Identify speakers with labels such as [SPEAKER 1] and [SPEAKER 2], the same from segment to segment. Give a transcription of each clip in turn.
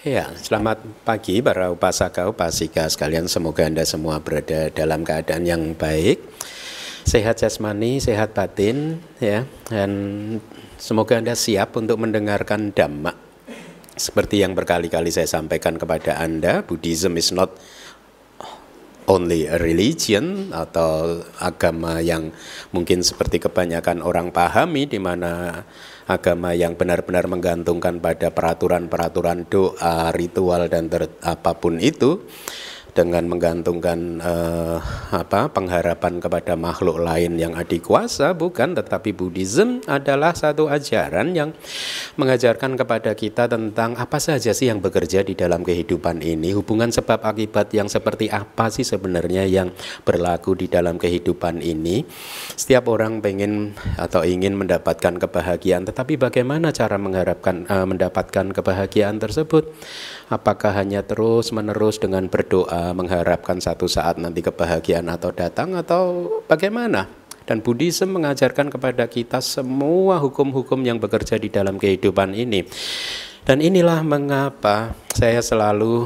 [SPEAKER 1] Ya, selamat pagi para upasaka upasika sekalian. Semoga Anda semua berada dalam keadaan yang baik, sehat jasmani, sehat batin, ya. Dan semoga Anda siap untuk mendengarkan Dhamma. Seperti yang berkali-kali saya sampaikan kepada Anda, Buddhism is not only a religion atau agama yang mungkin seperti kebanyakan orang pahami, di mana agama yang benar-benar menggantungkan pada peraturan-peraturan doa, ritual dan apapun itu, dengan menggantungkan pengharapan kepada makhluk lain yang adikuasa, bukan. Tetapi Buddhism adalah satu ajaran yang mengajarkan kepada kita tentang apa saja sih yang bekerja di dalam kehidupan ini, hubungan sebab akibat yang seperti apa sih sebenarnya yang berlaku di dalam kehidupan ini. Setiap orang pengen atau ingin mendapatkan kebahagiaan, tetapi bagaimana cara mendapatkan kebahagiaan tersebut? Apakah hanya terus-menerus dengan berdoa mengharapkan satu saat nanti kebahagiaan atau datang, atau bagaimana? Dan Buddhism mengajarkan kepada kita semua hukum-hukum yang bekerja di dalam kehidupan ini. Dan inilah mengapa saya selalu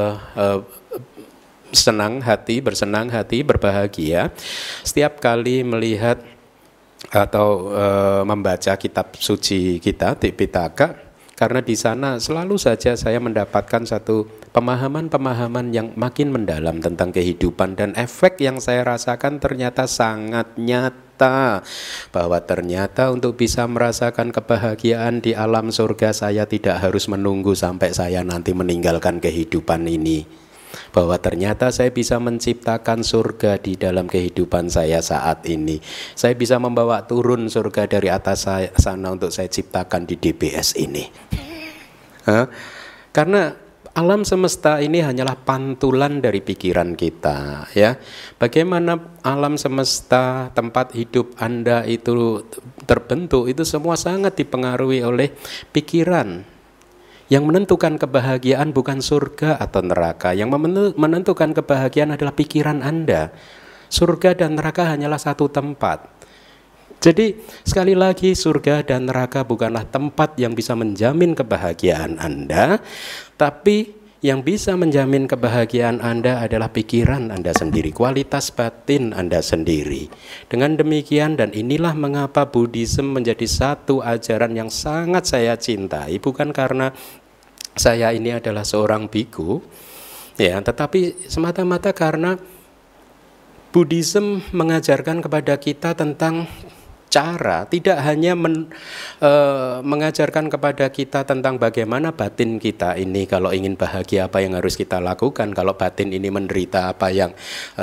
[SPEAKER 1] bersenang hati, berbahagia setiap kali melihat atau membaca kitab suci kita, Tipitaka. Karena di sana selalu saja saya mendapatkan satu pemahaman-pemahaman yang makin mendalam tentang kehidupan, dan efek yang saya rasakan ternyata sangat nyata, bahwa ternyata untuk bisa merasakan kebahagiaan di alam surga saya tidak harus menunggu sampai saya nanti meninggalkan kehidupan ini. Bahwa ternyata saya bisa menciptakan surga di dalam kehidupan saya saat ini. Saya bisa membawa turun surga dari atas sana untuk saya ciptakan di DBS ini. Karena alam semesta ini hanyalah pantulan dari pikiran kita, ya. Bagaimana alam semesta, tempat hidup Anda itu terbentuk, itu semua sangat dipengaruhi oleh pikiran. Yang menentukan kebahagiaan bukan surga atau neraka. Yang menentukan kebahagiaan adalah pikiran Anda. Surga dan neraka hanyalah satu tempat. Jadi sekali lagi, surga dan neraka bukanlah tempat yang bisa menjamin kebahagiaan Anda, tapi yang bisa menjamin kebahagiaan Anda adalah pikiran Anda sendiri, kualitas batin Anda sendiri. Dengan demikian, dan inilah mengapa Buddhism menjadi satu ajaran yang sangat saya cintai, bukan karena saya ini adalah seorang biku, ya, tetapi semata-mata karena Buddhism mengajarkan kepada kita tentang cara, tidak hanya mengajarkan kepada kita tentang bagaimana batin kita ini kalau ingin bahagia apa yang harus kita lakukan, kalau batin ini menderita apa yang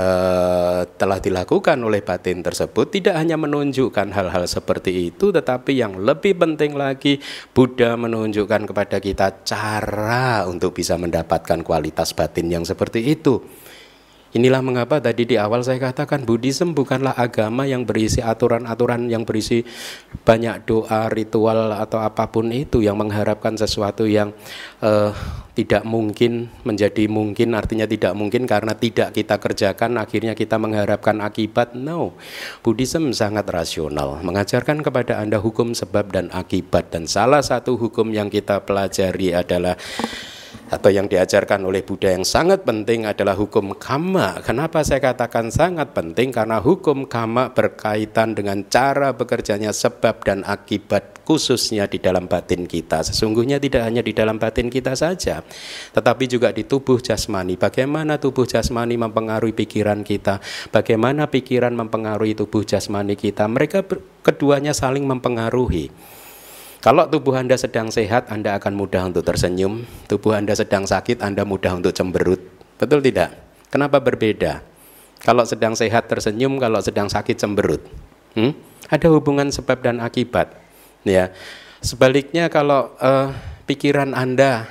[SPEAKER 1] telah dilakukan oleh batin tersebut. Tidak hanya menunjukkan hal-hal seperti itu, tetapi yang lebih penting lagi, Buddha menunjukkan kepada kita cara untuk bisa mendapatkan kualitas batin yang seperti itu. Inilah mengapa tadi di awal saya katakan Buddhism bukanlah agama yang berisi aturan-aturan, yang berisi banyak doa, ritual atau apapun itu yang mengharapkan sesuatu yang tidak mungkin menjadi mungkin, artinya tidak mungkin karena tidak kita kerjakan akhirnya kita mengharapkan akibat. No, Buddhism sangat rasional, mengajarkan kepada Anda hukum sebab dan akibat, dan salah satu hukum yang kita pelajari adalah atau yang diajarkan oleh Buddha yang sangat penting adalah hukum karma. Kenapa saya katakan sangat penting? Karena hukum karma berkaitan dengan cara bekerjanya sebab dan akibat, khususnya di dalam batin kita. Sesungguhnya tidak hanya di dalam batin kita saja, tetapi juga di tubuh jasmani. Bagaimana tubuh jasmani mempengaruhi pikiran kita, bagaimana pikiran mempengaruhi tubuh jasmani kita. Mereka keduanya saling mempengaruhi. Kalau tubuh Anda sedang sehat, Anda akan mudah untuk tersenyum. Tubuh Anda sedang sakit, Anda mudah untuk cemberut. Betul tidak? Kenapa berbeda? Kalau sedang sehat tersenyum, kalau sedang sakit cemberut. Ada hubungan sebab dan akibat. Ya. Sebaliknya kalau pikiran Anda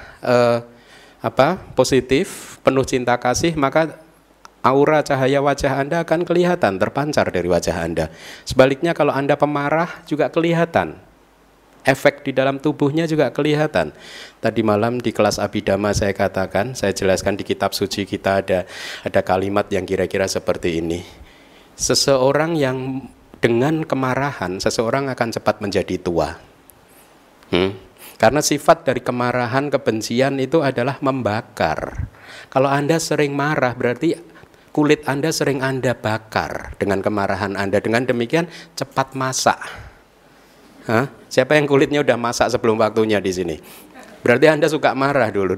[SPEAKER 1] positif, penuh cinta kasih, maka aura cahaya wajah Anda akan kelihatan, terpancar dari wajah Anda. Sebaliknya kalau Anda pemarah juga kelihatan. Efek di dalam tubuhnya juga kelihatan. Tadi malam di kelas Abhidhamma saya katakan, saya jelaskan di kitab suci kita ada kalimat yang kira-kira seperti ini. Seseorang yang dengan kemarahan, seseorang akan cepat menjadi tua. Karena sifat dari kemarahan, kebencian itu adalah membakar. Kalau Anda sering marah, berarti kulit Anda sering Anda bakar dengan kemarahan Anda. Dengan demikian cepat masak. Hah? Siapa yang kulitnya udah masak sebelum waktunya di sini? Berarti Anda suka marah dulu.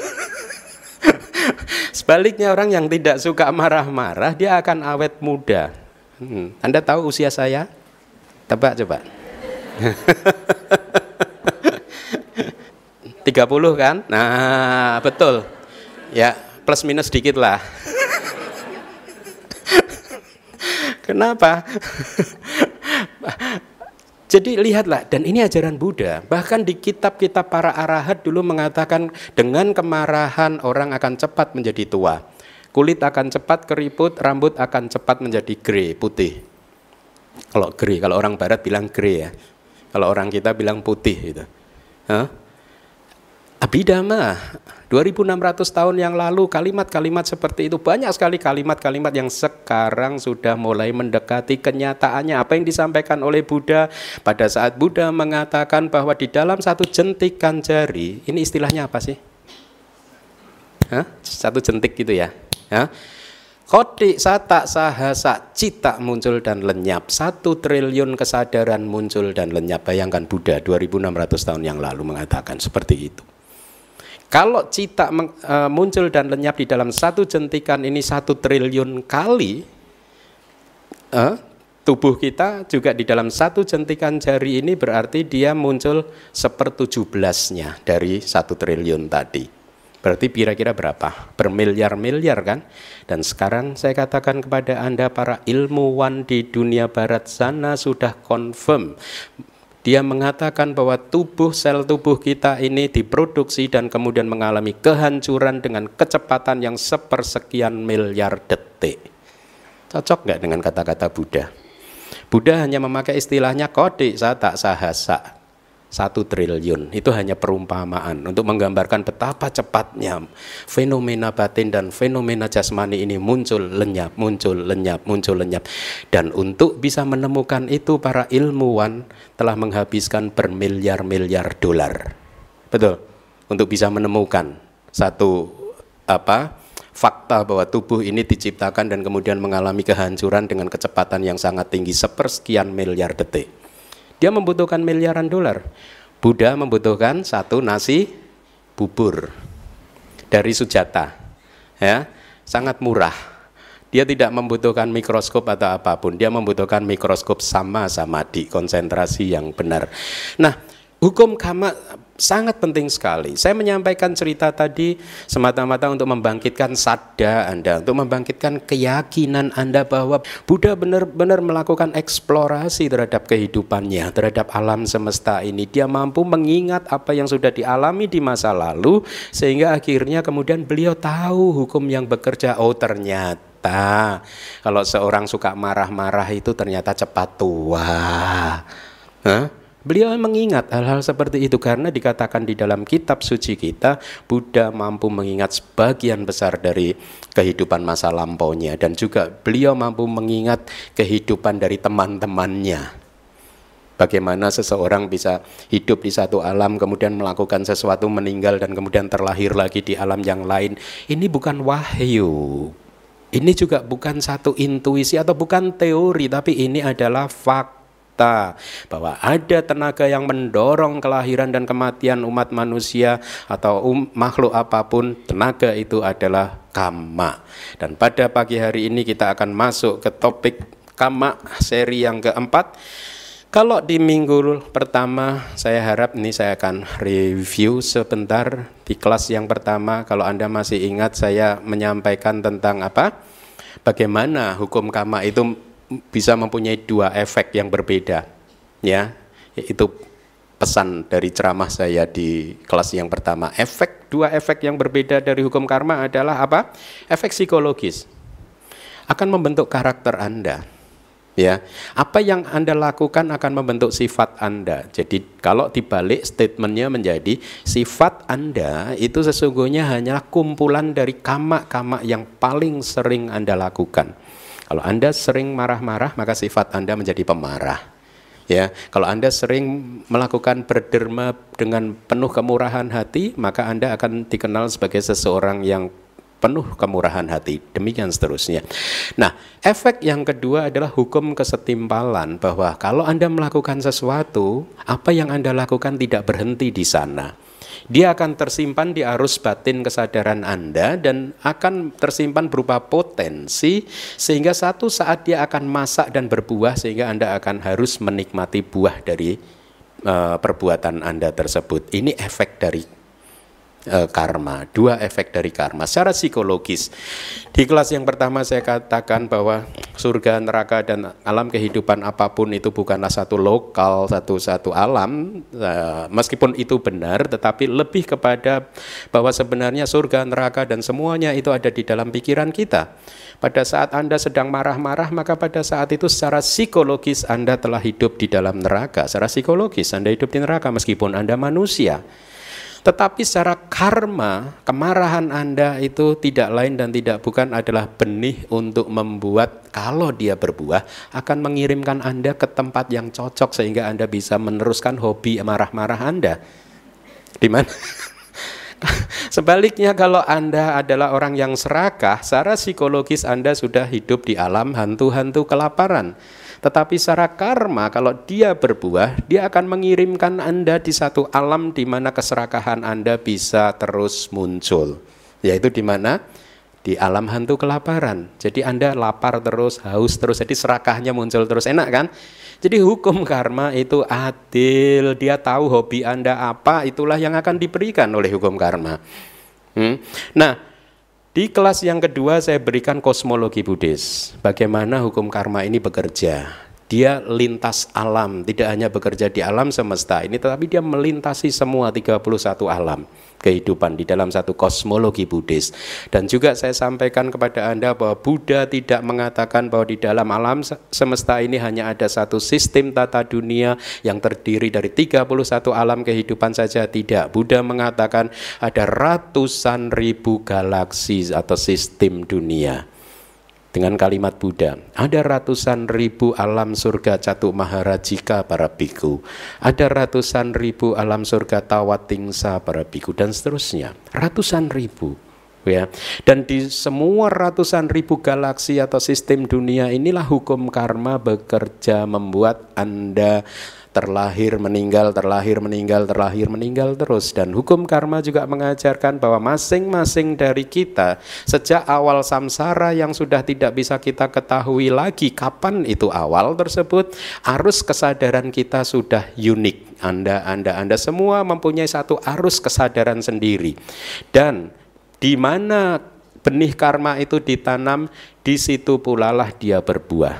[SPEAKER 1] Sebaliknya orang yang tidak suka marah-marah, dia akan awet muda. Anda tahu usia saya? Tebak coba. 30 kan? Nah, betul. Ya, plus minus dikit lah. Kenapa? Jadi lihatlah, dan ini ajaran Buddha. Bahkan di kitab-kitab para arahat dulu mengatakan dengan kemarahan orang akan cepat menjadi tua. Kulit akan cepat keriput, rambut akan cepat menjadi grey, putih. Kalau grey, kalau orang barat bilang grey ya. Kalau orang kita bilang putih gitu. Abhidhamma 2600 tahun yang lalu kalimat-kalimat seperti itu, banyak sekali kalimat-kalimat yang sekarang sudah mulai mendekati kenyataannya. Apa yang disampaikan oleh Buddha pada saat Buddha mengatakan bahwa di dalam satu jentikan jari, ini istilahnya apa sih? Satu jentik gitu ya. Koti sata sahasa cita muncul dan lenyap, 1 triliun kesadaran muncul dan lenyap. Bayangkan Buddha 2600 tahun yang lalu mengatakan seperti itu. Kalau cita muncul dan lenyap di dalam satu jentikan ini 1 triliun kali, tubuh kita juga di dalam satu jentikan jari ini berarti dia muncul 1/17-nya dari 1 triliun tadi. Berarti kira-kira berapa? Bermiliar-miliar kan? Dan sekarang saya katakan kepada Anda para ilmuwan di dunia barat sana sudah confirm. Dia mengatakan bahwa sel tubuh kita ini diproduksi dan kemudian mengalami kehancuran dengan kecepatan yang 1/sekian miliar detik. Cocok nggak dengan kata-kata Buddha? Buddha hanya memakai istilahnya kodi sata sahasa, 1 triliun. Itu hanya perumpamaan untuk menggambarkan betapa cepatnya fenomena batin dan fenomena jasmani ini muncul lenyap, muncul lenyap, muncul lenyap. Dan untuk bisa menemukan itu para ilmuwan telah menghabiskan bermiliar-miliar dolar. Betul. Untuk bisa menemukan satu fakta bahwa tubuh ini diciptakan dan kemudian mengalami kehancuran dengan kecepatan yang sangat tinggi 1/sekian miliar detik. Dia membutuhkan miliaran dolar. Buddha membutuhkan 1 nasi bubur dari Sujata, ya, sangat murah. Dia tidak membutuhkan mikroskop atau apapun. Dia membutuhkan mikroskop sama-sama di konsentrasi yang benar. Nah, hukum karma sangat penting sekali. Saya menyampaikan cerita tadi semata-mata untuk membangkitkan sadar Anda, untuk membangkitkan keyakinan Anda bahwa Buddha benar-benar melakukan eksplorasi terhadap kehidupannya, terhadap alam semesta ini. Dia mampu mengingat apa yang sudah dialami di masa lalu, sehingga akhirnya kemudian beliau tahu hukum yang bekerja. Oh, ternyata kalau seorang suka marah-marah itu ternyata cepat tua. Beliau mengingat hal-hal seperti itu karena dikatakan di dalam kitab suci kita, Buddha mampu mengingat sebagian besar dari kehidupan masa lampaunya, dan juga beliau mampu mengingat kehidupan dari teman-temannya. Bagaimana seseorang bisa hidup di satu alam, kemudian melakukan sesuatu, meninggal, dan kemudian terlahir lagi di alam yang lain. Ini bukan wahyu. Ini juga bukan satu intuisi atau bukan teori, tapi ini adalah fakta. Bahwa ada tenaga yang mendorong kelahiran dan kematian umat manusia atau makhluk apapun. Tenaga itu adalah kamma. Dan pada pagi hari ini kita akan masuk ke topik kamma seri yang keempat. Kalau di minggu pertama saya harap ini saya akan review sebentar di kelas yang pertama. Kalau Anda masih ingat, saya menyampaikan tentang bagaimana hukum kamma itu bisa mempunyai 2 efek yang berbeda, ya, itu pesan dari ceramah saya di kelas yang pertama. 2 efek yang berbeda dari hukum karma adalah apa? Efek psikologis, akan membentuk karakter Anda, ya. Apa yang Anda lakukan akan membentuk sifat Anda. Jadi kalau dibalik statementnya menjadi sifat Anda itu sesungguhnya hanyalah kumpulan dari kama-kama yang paling sering Anda lakukan. Kalau Anda sering marah-marah, maka sifat Anda menjadi pemarah. Ya, kalau Anda sering melakukan berderma dengan penuh kemurahan hati, maka Anda akan dikenal sebagai seseorang yang penuh kemurahan hati. Demikian seterusnya. Nah, efek yang kedua adalah hukum kesetimpalan, bahwa kalau Anda melakukan sesuatu, apa yang Anda lakukan tidak berhenti di sana. Dia akan tersimpan di arus batin kesadaran Anda dan akan tersimpan berupa potensi, sehingga satu saat dia akan masak dan berbuah, sehingga Anda akan harus menikmati buah dari perbuatan Anda tersebut. Ini efek dari karma, dua efek dari karma secara psikologis. Di kelas yang pertama saya katakan bahwa surga, neraka, dan alam kehidupan apapun itu bukanlah satu lokal, satu alam, meskipun itu benar, tetapi lebih kepada bahwa sebenarnya surga, neraka, dan semuanya itu ada di dalam pikiran kita. Pada saat Anda sedang marah-marah, maka pada saat itu secara psikologis Anda telah hidup di dalam neraka. Secara psikologis Anda hidup di neraka meskipun Anda manusia. Tetapi secara karma, kemarahan Anda itu tidak lain dan tidak bukan adalah benih untuk membuat, kalau dia berbuah, akan mengirimkan Anda ke tempat yang cocok sehingga Anda bisa meneruskan hobi marah-marah Anda. Di mana? Sebaliknya, kalau Anda adalah orang yang serakah, secara psikologis Anda sudah hidup di alam hantu-hantu kelaparan. Tetapi secara karma, kalau dia berbuah, dia akan mengirimkan Anda di satu alam di mana keserakahan Anda bisa terus muncul. Yaitu di mana? Di alam hantu kelaparan. Jadi Anda lapar terus, haus terus, jadi serakahnya muncul terus. Enak kan? Jadi hukum karma itu adil. Dia tahu hobi Anda apa, itulah yang akan diberikan oleh hukum karma. Nah, di kelas yang kedua saya berikan kosmologi Buddhis. Bagaimana hukum karma ini bekerja. Dia lintas alam, tidak hanya bekerja di alam semesta ini, tetapi dia melintasi semua 31 alam kehidupan di dalam satu kosmologi Buddhis. Dan juga saya sampaikan kepada Anda bahwa Buddha tidak mengatakan bahwa di dalam alam semesta ini hanya ada satu sistem tata dunia yang terdiri dari 31 alam kehidupan saja. Tidak, Buddha mengatakan ada ratusan ribu galaksi atau sistem dunia. Dengan kalimat Buddha, ada ratusan ribu alam surga Catuk Maharajika para biku, ada ratusan ribu alam surga Tawatingsa para biku, dan seterusnya. Ratusan ribu, ya. Dan di semua ratusan ribu galaksi atau sistem dunia inilah hukum karma bekerja membuat Anda terlahir, meninggal, terlahir, meninggal, terlahir, meninggal terus. Dan hukum karma juga mengajarkan bahwa masing-masing dari kita sejak awal samsara yang sudah tidak bisa kita ketahui lagi kapan itu awal tersebut, arus kesadaran kita sudah unik. Anda semua mempunyai satu arus kesadaran sendiri. Dan di mana benih karma itu ditanam, di situ pula lah dia berbuah.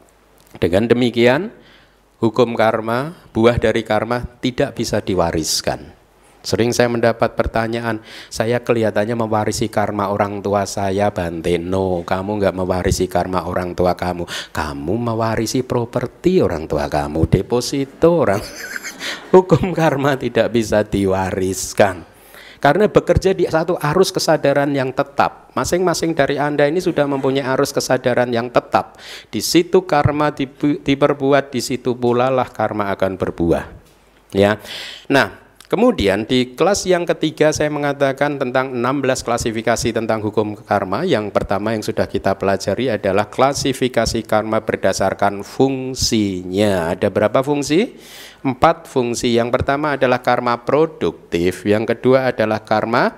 [SPEAKER 1] Dengan demikian, hukum karma, buah dari karma tidak bisa diwariskan. Sering saya mendapat pertanyaan, saya kelihatannya mewarisi karma orang tua saya, Bante. No, kamu nggak mewarisi karma orang tua kamu. Kamu mewarisi properti orang tua kamu, deposito orang. Hukum karma tidak bisa diwariskan. Karena bekerja di satu arus kesadaran yang tetap. Masing-masing dari Anda ini sudah mempunyai arus kesadaran yang tetap. Di situ karma diperbuat, di situ pula lah karma akan berbuah. Ya. Nah, kemudian di kelas yang ketiga saya mengatakan tentang 16 klasifikasi tentang hukum karma. Yang pertama yang sudah kita pelajari adalah klasifikasi karma berdasarkan fungsinya. Ada berapa fungsi? 4 fungsi. Yang pertama adalah karma produktif, yang kedua adalah karma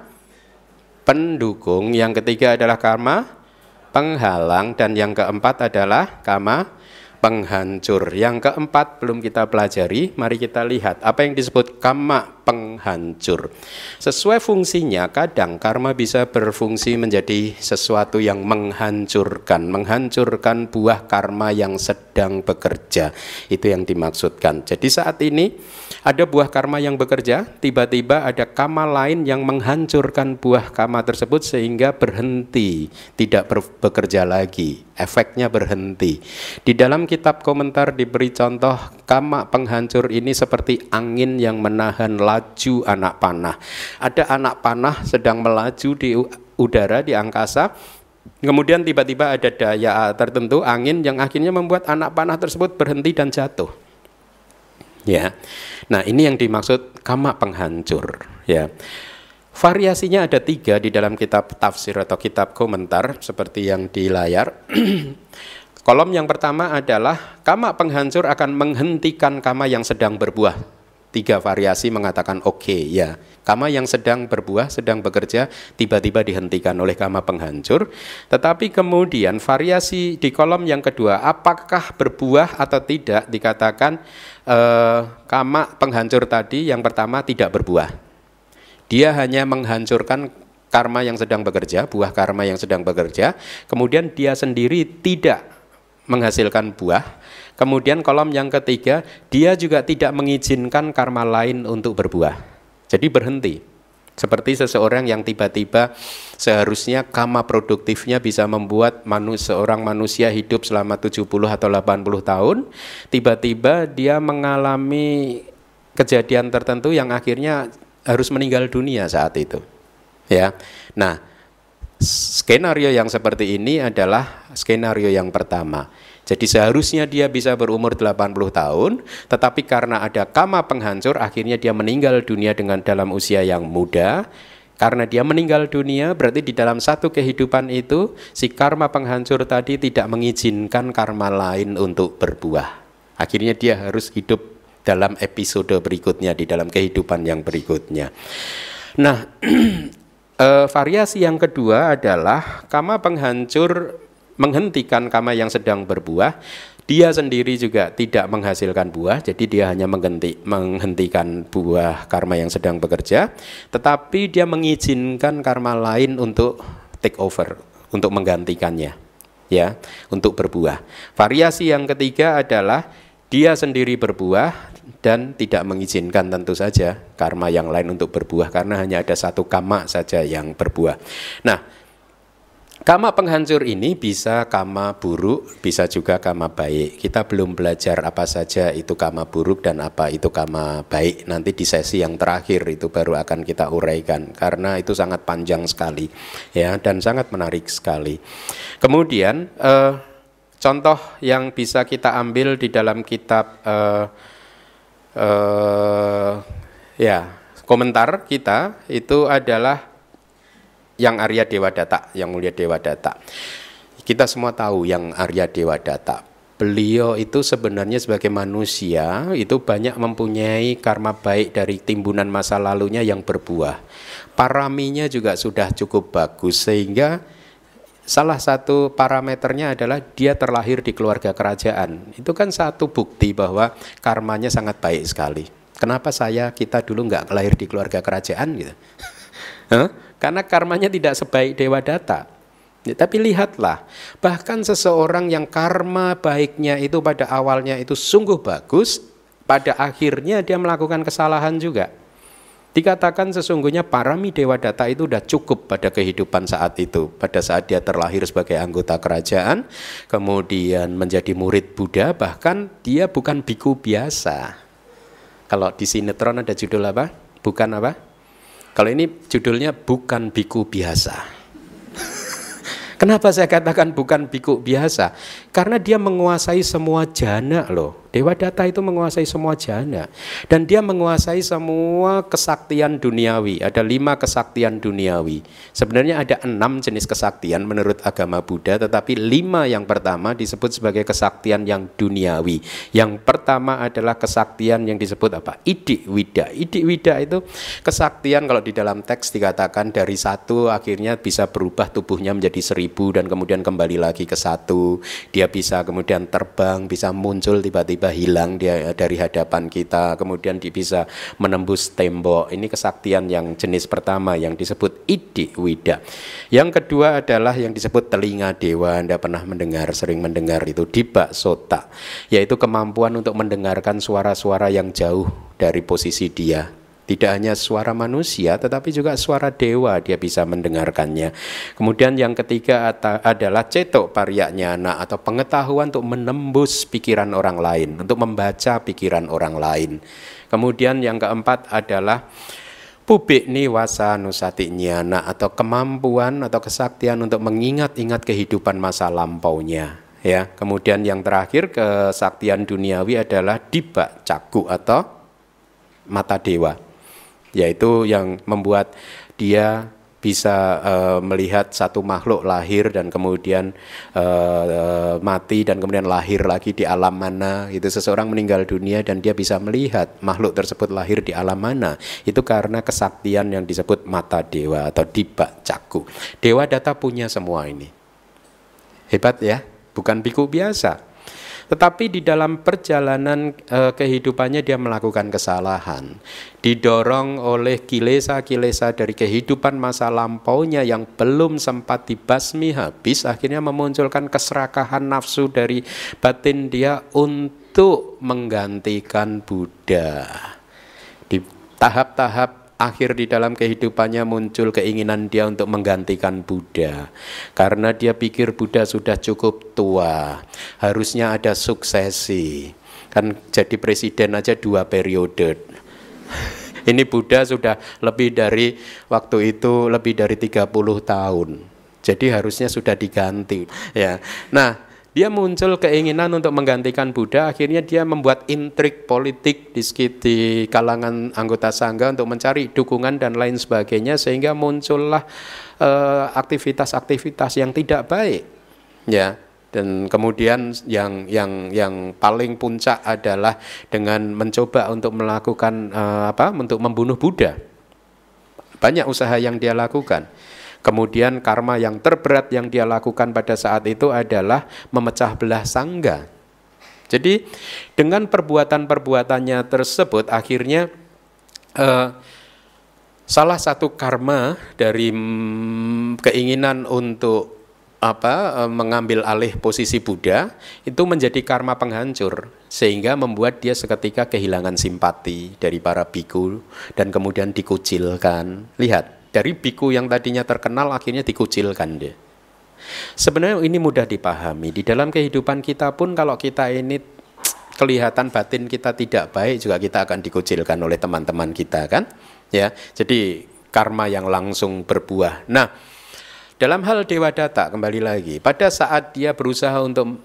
[SPEAKER 1] pendukung, yang ketiga adalah karma penghalang, dan yang keempat adalah karma penghancur. Yang keempat belum kita pelajari, mari kita lihat apa yang disebut karma penghancur. Sesuai fungsinya, kadang karma bisa berfungsi menjadi sesuatu yang menghancurkan buah karma yang sedang bekerja. Itu yang dimaksudkan. Jadi saat ini ada buah karma yang bekerja, tiba-tiba ada karma lain yang menghancurkan buah karma tersebut sehingga berhenti, tidak bekerja lagi. Efeknya berhenti. Di dalam kitab komentar diberi contoh karma penghancur ini seperti angin yang menahan laju anak panah. Ada anak panah sedang melaju di udara, di angkasa. Kemudian tiba-tiba ada daya tertentu, angin yang akhirnya membuat anak panah tersebut berhenti dan jatuh. Ya. Nah, ini yang dimaksud kama penghancur, ya. Variasinya ada 3 di dalam kitab tafsir atau kitab komentar seperti yang di layar. Kolom yang pertama adalah kama penghancur akan menghentikan kama yang sedang berbuah. 3 variasi mengatakan oke, ya. Kama yang sedang berbuah, sedang bekerja, tiba-tiba dihentikan oleh kama penghancur. Tetapi kemudian variasi di kolom yang kedua, apakah berbuah atau tidak, dikatakan kama penghancur tadi yang pertama tidak berbuah. Dia hanya menghancurkan karma yang sedang bekerja, buah karma yang sedang bekerja. Kemudian dia sendiri tidak menghasilkan buah. Kemudian kolom yang ketiga, dia juga tidak mengizinkan karma lain untuk berbuah. Jadi berhenti. Seperti seseorang yang tiba-tiba seharusnya karma produktifnya bisa membuat seorang manusia hidup selama 70 atau 80 tahun, tiba-tiba dia mengalami kejadian tertentu yang akhirnya harus meninggal dunia saat itu. Ya. Nah, skenario yang seperti ini adalah skenario yang pertama. Jadi seharusnya dia bisa berumur 80 tahun, tetapi karena ada kama penghancur, akhirnya dia meninggal dunia dalam usia yang muda. Karena dia meninggal dunia, berarti di dalam satu kehidupan itu, si karma penghancur tadi tidak mengizinkan karma lain untuk berbuah. Akhirnya dia harus hidup dalam episode berikutnya, di dalam kehidupan yang berikutnya. Nah, variasi yang kedua adalah kama penghancur menghentikan kama yang sedang berbuah. Dia sendiri juga tidak menghasilkan buah, jadi dia hanya menghentikan buah karma yang sedang bekerja, tetapi dia mengizinkan karma lain untuk take over, untuk menggantikannya, ya, untuk berbuah. Variasi yang ketiga adalah dia sendiri berbuah dan tidak mengizinkan tentu saja karma yang lain untuk berbuah, karena hanya ada satu kama saja yang berbuah. Nah, kama penghancur ini bisa kama buruk, bisa juga kama baik. Kita belum belajar apa saja itu kama buruk dan apa itu kama baik. Nanti di sesi yang terakhir itu baru akan kita uraikan, karena itu sangat panjang sekali, ya, dan sangat menarik sekali. Kemudian contoh yang bisa kita ambil di dalam kitab komentar kita itu adalah yang Arya Dewadatta, yang mulia Dewadatta. Kita semua tahu yang Arya Dewadatta. Beliau itu sebenarnya sebagai manusia itu banyak mempunyai karma baik dari timbunan masa lalunya yang berbuah. Paraminya juga sudah cukup bagus, sehingga salah satu parameternya adalah dia terlahir di keluarga kerajaan. Itu kan satu bukti bahwa karmanya sangat baik sekali. Kenapa kita dulu nggak lahir di keluarga kerajaan gitu? Karena karmanya tidak sebaik Dewadatta. Ya, tapi lihatlah, bahkan seseorang yang karma baiknya itu pada awalnya itu sungguh bagus, pada akhirnya dia melakukan kesalahan juga. Dikatakan sesungguhnya parami Dewadatta itu sudah cukup pada kehidupan saat itu. Pada saat dia terlahir sebagai anggota kerajaan, kemudian menjadi murid Buddha, bahkan dia bukan biku biasa. Kalau di sinetron ada judul apa? Bukan apa? Kalau ini judulnya bukan biku biasa. Kenapa saya katakan bukan biku biasa? Karena dia menguasai semua jana loh. Dewadatta itu menguasai semua jana. Dan dia menguasai semua kesaktian duniawi. Ada 5 kesaktian duniawi. Sebenarnya ada 6 jenis kesaktian menurut agama Buddha. Tetapi 5 yang pertama disebut sebagai kesaktian yang duniawi. Yang pertama adalah kesaktian yang disebut apa? Idik wida. Idik wida itu kesaktian, kalau di dalam teks dikatakan dari 1 akhirnya bisa berubah tubuhnya menjadi 1000 dan kemudian kembali lagi ke 1. Dia bisa kemudian terbang, bisa muncul tiba-tiba hilang dia dari hadapan kita, kemudian dia bisa menembus tembok. Ini kesaktian yang jenis pertama yang disebut idik wida. Yang kedua adalah yang disebut telinga dewa. Anda pernah sering mendengar itu diba sota, yaitu kemampuan untuk mendengarkan suara-suara yang jauh dari posisi dia. Tidak hanya suara manusia, tetapi juga suara dewa dia bisa mendengarkannya. Kemudian yang ketiga adalah ceto paryajnana, atau pengetahuan untuk menembus pikiran orang lain, untuk membaca pikiran orang lain. Kemudian yang keempat adalah pubik niwasa nusati nyana, atau kemampuan atau kesaktian untuk mengingat-ingat kehidupan masa lampaunya. Ya, kemudian yang terakhir kesaktian duniawi adalah dibak caku atau mata dewa, yaitu yang membuat dia bisa melihat satu makhluk lahir dan kemudian mati dan kemudian lahir lagi di alam mana. Itu seseorang meninggal dunia dan dia bisa melihat makhluk tersebut lahir di alam mana. Itu karena kesaktian yang disebut mata dewa atau dibak caku. Dewa Data punya semua ini. Hebat ya, bukan biku biasa. Tetapi di dalam perjalanan kehidupannya dia melakukan kesalahan, didorong oleh kilesa-kilesa dari kehidupan masa lampaunya yang belum sempat dibasmi habis, akhirnya memunculkan keserakahan nafsu dari batin dia untuk menggantikan Buddha. Di tahap-tahap akhir di dalam kehidupannya muncul keinginan dia untuk menggantikan Buddha. Karena dia pikir Buddha sudah cukup tua, harusnya ada suksesi. Kan jadi presiden aja 2 periode. Ini Buddha sudah lebih dari waktu itu lebih dari 30 tahun. Jadi harusnya sudah diganti. Ya. Nah, dia muncul keinginan untuk menggantikan Buddha, akhirnya dia membuat intrik politik di kalangan anggota sangga untuk mencari dukungan dan lain sebagainya, sehingga muncullah aktivitas-aktivitas yang tidak baik. Ya, dan kemudian yang paling puncak adalah dengan mencoba untuk melakukan untuk membunuh Buddha. Banyak usaha yang dia lakukan. Kemudian karma yang terberat yang dia lakukan pada saat itu adalah memecah belah sangga. Jadi dengan perbuatan-perbuatannya tersebut akhirnya salah satu karma dari keinginan untuk mengambil alih posisi Buddha itu menjadi karma penghancur, sehingga membuat dia seketika kehilangan simpati dari para biku dan kemudian dikucilkan. Lihat, dari biku yang tadinya terkenal akhirnya dikucilkan dia. Sebenarnya ini mudah dipahami. Di dalam kehidupan kita pun kalau kita ini kelihatan batin kita tidak baik, juga kita akan dikucilkan oleh teman-teman kita kan? Ya. Jadi karma yang langsung berbuah. Nah, dalam hal Dewa Data kembali lagi, pada saat dia berusaha untuk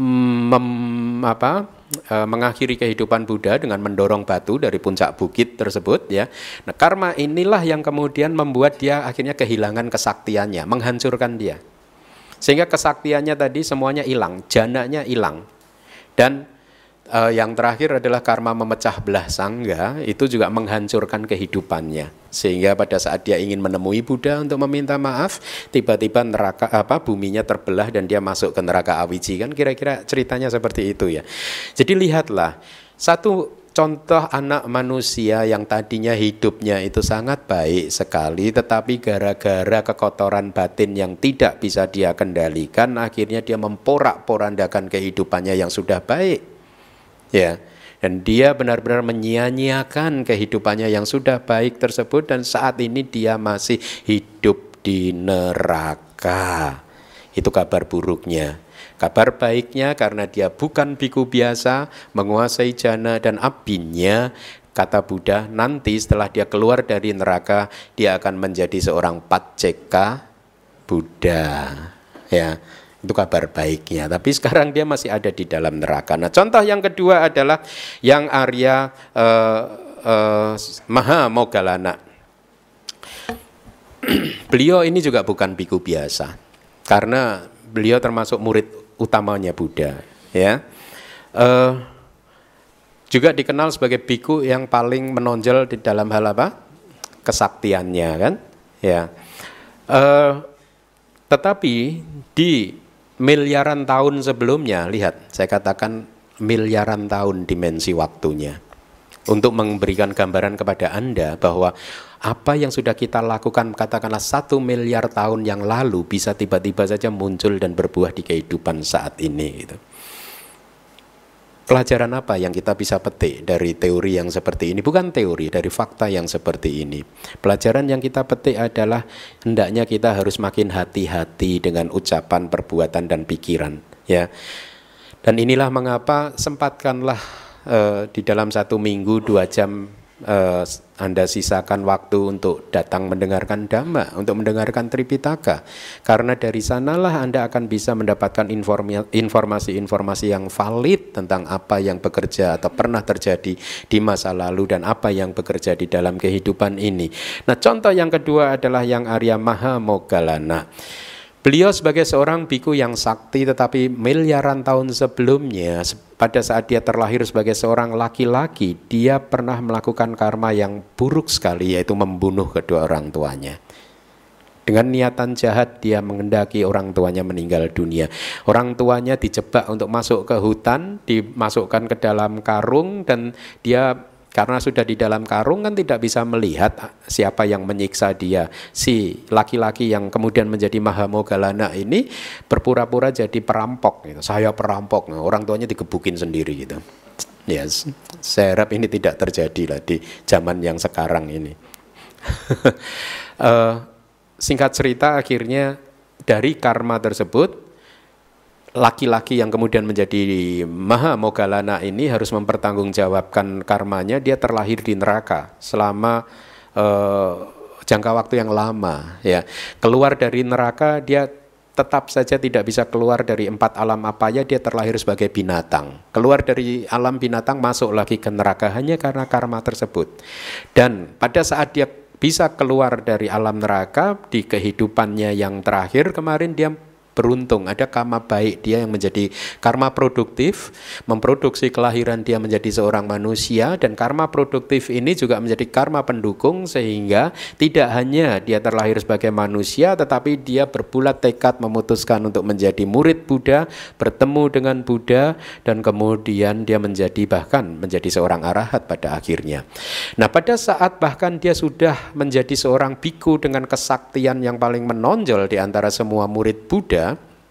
[SPEAKER 1] mengakhiri kehidupan Buddha dengan mendorong batu dari puncak bukit tersebut, ya. Nah, karma inilah yang kemudian membuat dia akhirnya kehilangan kesaktiannya, menghancurkan dia. Sehingga kesaktiannya tadi semuanya hilang, jananya hilang. Dan yang terakhir adalah karma memecah belah sangga, itu juga menghancurkan kehidupannya. Sehingga pada saat dia ingin menemui Buddha untuk meminta maaf, tiba-tiba neraka buminya terbelah dan dia masuk ke neraka Awiji. Kan kira-kira ceritanya seperti itu ya. Jadi lihatlah, satu contoh anak manusia yang tadinya hidupnya itu sangat baik sekali, tetapi gara-gara kekotoran batin yang tidak bisa dia kendalikan, akhirnya dia memporak-porandakan kehidupannya yang sudah baik. Ya, dan dia benar-benar menyia-nyiakan kehidupannya yang sudah baik tersebut, dan saat ini dia masih hidup di neraka. Itu kabar buruknya. Kabar baiknya karena dia bukan biku biasa, menguasai jana dan abinnya, kata Buddha, nanti setelah dia keluar dari neraka, dia akan menjadi seorang Pacceka Buddha. Ya. Itu kabar baiknya. Tapi sekarang dia masih ada di dalam neraka. Nah, contoh yang kedua adalah yang Arya Maha Moggallana. Beliau ini juga bukan biku biasa, karena beliau termasuk murid utamanya Buddha. Ya, juga dikenal sebagai biku yang paling menonjol di dalam hal apa? Kesaktiannya, kan? Ya. Tetapi di miliaran tahun sebelumnya, lihat, saya katakan miliaran tahun dimensi waktunya, untuk memberikan gambaran kepada Anda bahwa apa yang sudah kita lakukan katakanlah 1 miliar tahun yang lalu bisa tiba-tiba saja muncul dan berbuah di kehidupan saat ini gitu. Pelajaran apa yang kita bisa petik dari teori yang seperti ini? Bukan teori, dari fakta yang seperti ini. Pelajaran yang kita petik adalah hendaknya kita harus makin hati-hati dengan ucapan, perbuatan, dan pikiran. Ya. Dan inilah mengapa sempatkanlah di dalam 1 minggu 2 jam Anda sisakan waktu untuk datang mendengarkan Dhamma, untuk mendengarkan Tripitaka. Karena dari sanalah Anda akan bisa mendapatkan informasi-informasi yang valid tentang apa yang bekerja atau pernah terjadi di masa lalu dan apa yang bekerja di dalam kehidupan ini. Nah, contoh yang kedua adalah yang Arya Mahamoggallana. Beliau sebagai seorang biku yang sakti, tetapi miliaran tahun sebelumnya, pada saat dia terlahir sebagai seorang laki-laki, dia pernah melakukan karma yang buruk sekali, yaitu membunuh kedua orang tuanya. Dengan niatan jahat dia menghendaki orang tuanya meninggal dunia. Orang tuanya dijebak untuk masuk ke hutan, dimasukkan ke dalam karung, dan dia karena sudah di dalam karung kan tidak bisa melihat siapa yang menyiksa dia. Si laki-laki yang kemudian menjadi Mahamoggallana ini berpura-pura jadi perampok gitu. Saya perampok. Nah, orang tuanya digebukin sendiri gitu. Yes. Saya harap ini tidak terjadi lah di zaman yang sekarang ini. Singkat cerita, akhirnya dari karma tersebut, laki-laki yang kemudian menjadi Mahamoggallana ini harus mempertanggungjawabkan karmanya. Dia terlahir di neraka selama jangka waktu yang lama. Ya, keluar dari neraka dia tetap saja tidak bisa keluar dari 4 alam apaya. Dia terlahir sebagai binatang. Keluar dari alam binatang masuk lagi ke neraka hanya karena karma tersebut. Dan pada saat dia bisa keluar dari alam neraka di kehidupannya yang terakhir kemarin, dia beruntung, ada karma baik dia yang menjadi karma produktif, memproduksi kelahiran dia menjadi seorang manusia, dan karma produktif ini juga menjadi karma pendukung sehingga tidak hanya dia terlahir sebagai manusia, tetapi dia berbulat tekad memutuskan untuk menjadi murid Buddha, bertemu dengan Buddha, dan kemudian dia bahkan menjadi seorang arahat pada akhirnya. Nah, pada saat bahkan dia sudah menjadi seorang biku dengan kesaktian yang paling menonjol di antara semua murid Buddha,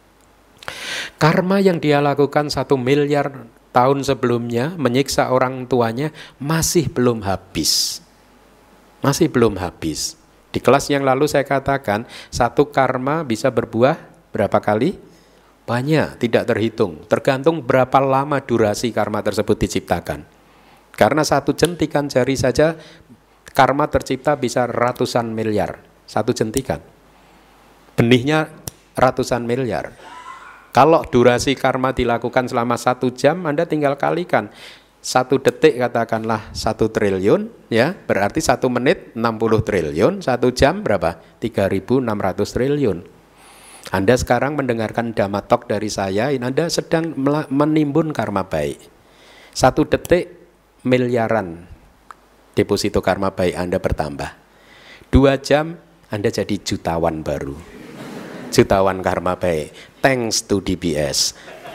[SPEAKER 1] karma yang dia lakukan 1 miliar tahun sebelumnya menyiksa orang tuanya masih belum habis. Masih belum habis. Di kelas yang lalu saya katakan, satu karma bisa berbuah berapa kali? Banyak, tidak terhitung. Tergantung berapa lama durasi karma tersebut diciptakan. Karena satu jentikan jari saja karma tercipta bisa ratusan miliar. Satu jentikan. Benihnya ratusan miliar. Kalau durasi karma dilakukan selama 1 jam, Anda tinggal kalikan. 1 detik katakanlah 1 triliun, ya, berarti 1 menit 60 triliun, 1 jam berapa? 3.600 triliun. Anda sekarang mendengarkan Dhamma Talk dari saya, Anda sedang menimbun karma baik. 1 detik miliaran deposito karma baik Anda bertambah. 2 jam Anda jadi jutawan baru. Jutawan karma baik. Thanks to DBS.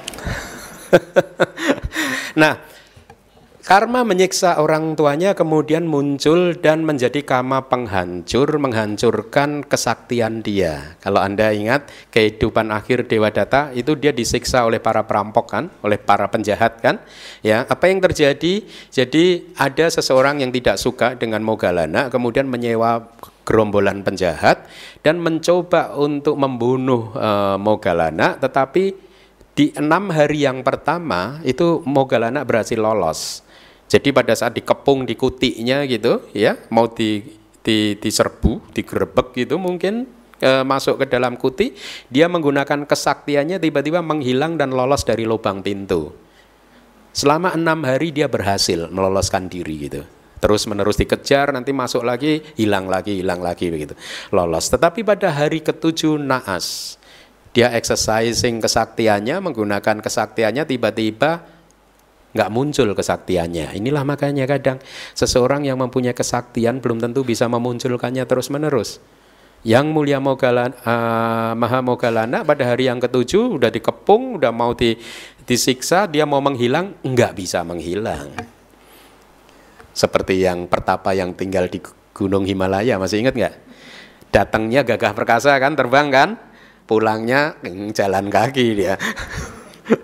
[SPEAKER 1] Nah, karma menyiksa orang tuanya kemudian muncul dan menjadi karma penghancur, menghancurkan kesaktian dia. Kalau Anda ingat kehidupan akhir Dewadatta itu dia disiksa oleh para perampok kan, oleh para penjahat kan. Ya, apa yang terjadi? Jadi ada seseorang yang tidak suka dengan Moggallana kemudian menyewa gerombolan penjahat dan mencoba untuk membunuh Moggallana, tetapi di 6 hari yang pertama itu Moggallana berhasil lolos. Jadi pada saat dikepung di kutinya gitu ya, mau diserbu, digerebek gitu mungkin, masuk ke dalam kuti, dia menggunakan kesaktiannya tiba-tiba menghilang dan lolos dari lubang pintu. Selama 6 hari dia berhasil meloloskan diri gitu. Terus menerus dikejar, nanti masuk lagi, hilang lagi begitu. Lolos. Tetapi pada hari ke-7 naas, dia exercising kesaktiannya, menggunakan kesaktiannya, tiba-tiba nggak muncul kesaktiannya. Inilah makanya kadang seseorang yang mempunyai kesaktian belum tentu bisa memunculkannya terus-menerus. Yang mulia Mahamoggallana pada hari yang ke-7 udah dikepung, udah mau disiksa, dia mau menghilang, nggak bisa menghilang. Seperti yang pertapa yang tinggal di Gunung Himalaya, masih ingat nggak? Datangnya gagah perkasa kan, terbang kan, pulangnya jalan kaki dia.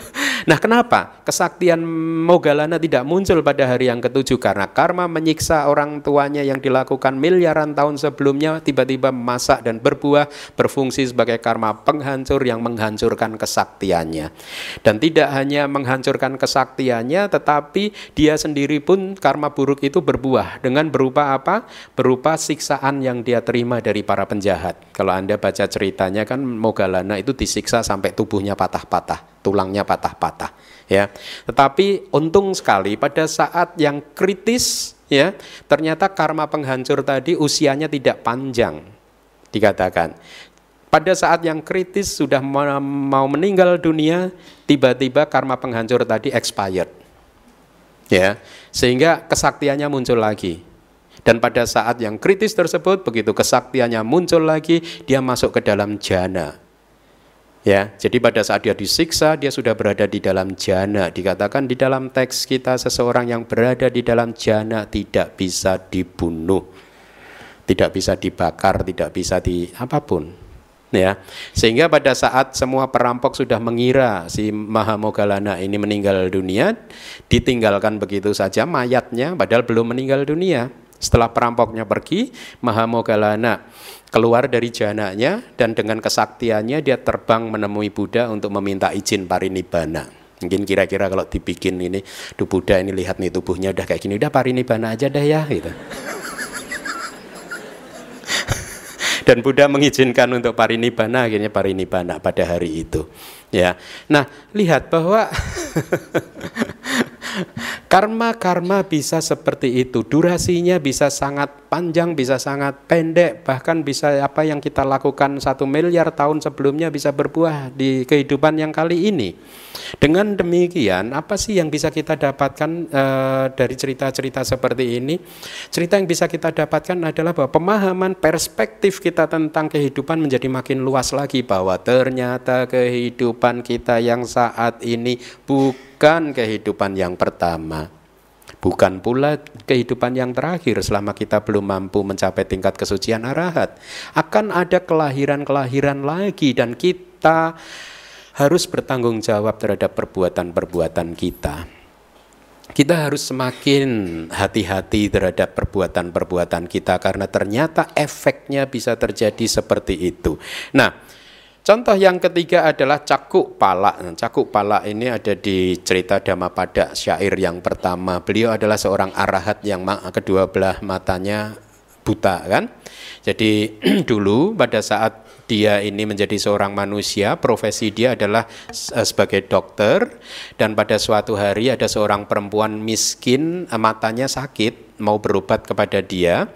[SPEAKER 1] Nah, kenapa kesaktian Moggallana tidak muncul pada hari yang ketujuh? Karena karma menyiksa orang tuanya yang dilakukan miliaran tahun sebelumnya tiba-tiba masak dan berbuah, berfungsi sebagai karma penghancur yang menghancurkan kesaktiannya. Dan tidak hanya menghancurkan kesaktiannya, tetapi dia sendiri pun karma buruk itu berbuah dengan berupa apa? Berupa siksaan yang dia terima dari para penjahat. Kalau Anda baca ceritanya kan Moggallana itu disiksa sampai tubuhnya patah-patah, tulangnya patah-patah, ya. Tetapi untung sekali pada saat yang kritis, ya, ternyata karma penghancur tadi usianya tidak panjang, dikatakan. Pada saat yang kritis sudah mau meninggal dunia, tiba-tiba karma penghancur tadi expired, ya, sehingga kesaktiannya muncul lagi. Dan pada saat yang kritis tersebut, begitu kesaktiannya muncul lagi, dia masuk ke dalam jana. Ya, jadi pada saat dia disiksa, dia sudah berada di dalam jana. Dikatakan di dalam teks kita, seseorang yang berada di dalam jana tidak bisa dibunuh, tidak bisa dibakar, tidak bisa di apapun. Ya, sehingga pada saat semua perampok sudah mengira si Mahamoggallana ini meninggal dunia, ditinggalkan begitu saja mayatnya, padahal belum meninggal dunia. Setelah perampoknya pergi, Mahamoggallana keluar dari jananya dan dengan kesaktiannya dia terbang menemui Buddha untuk meminta izin parinibbana. Mungkin kira-kira kalau dibikin ini, tuh Buddha ini lihat nih tubuhnya udah kayak gini, udah parinibbana aja dah ya gitu. Dan Buddha mengizinkan untuk parinibbana, akhirnya parinibbana pada hari itu. Ya, nah lihat bahwa karma-karma bisa seperti itu, durasinya bisa sangat panjang, bisa sangat pendek, bahkan bisa apa yang kita lakukan 1 miliar tahun sebelumnya bisa berbuah di kehidupan yang kali ini. Dengan demikian, apa sih yang bisa kita dapatkan dari cerita-cerita seperti ini? Cerita yang bisa kita dapatkan adalah bahwa pemahaman perspektif kita tentang kehidupan menjadi makin luas lagi, bahwa ternyata kehidupan kita yang saat ini bukan kehidupan yang pertama, bukan pula kehidupan yang terakhir selama kita belum mampu mencapai tingkat kesucian arahat. Akan ada kelahiran-kelahiran lagi dan kita harus bertanggung jawab terhadap perbuatan-perbuatan kita. Kita harus semakin hati-hati terhadap perbuatan-perbuatan kita karena ternyata efeknya bisa terjadi seperti itu. Nah, contoh yang ketiga adalah Cakuk Pala. Cakuk Pala ini ada di cerita Dhammapada, syair yang pertama. Beliau adalah seorang arahat yang kedua belah matanya buta, kan? Jadi dulu pada saat dia ini menjadi seorang manusia, profesi dia adalah sebagai dokter, dan pada suatu hari ada seorang perempuan miskin, matanya sakit, mau berobat kepada dia.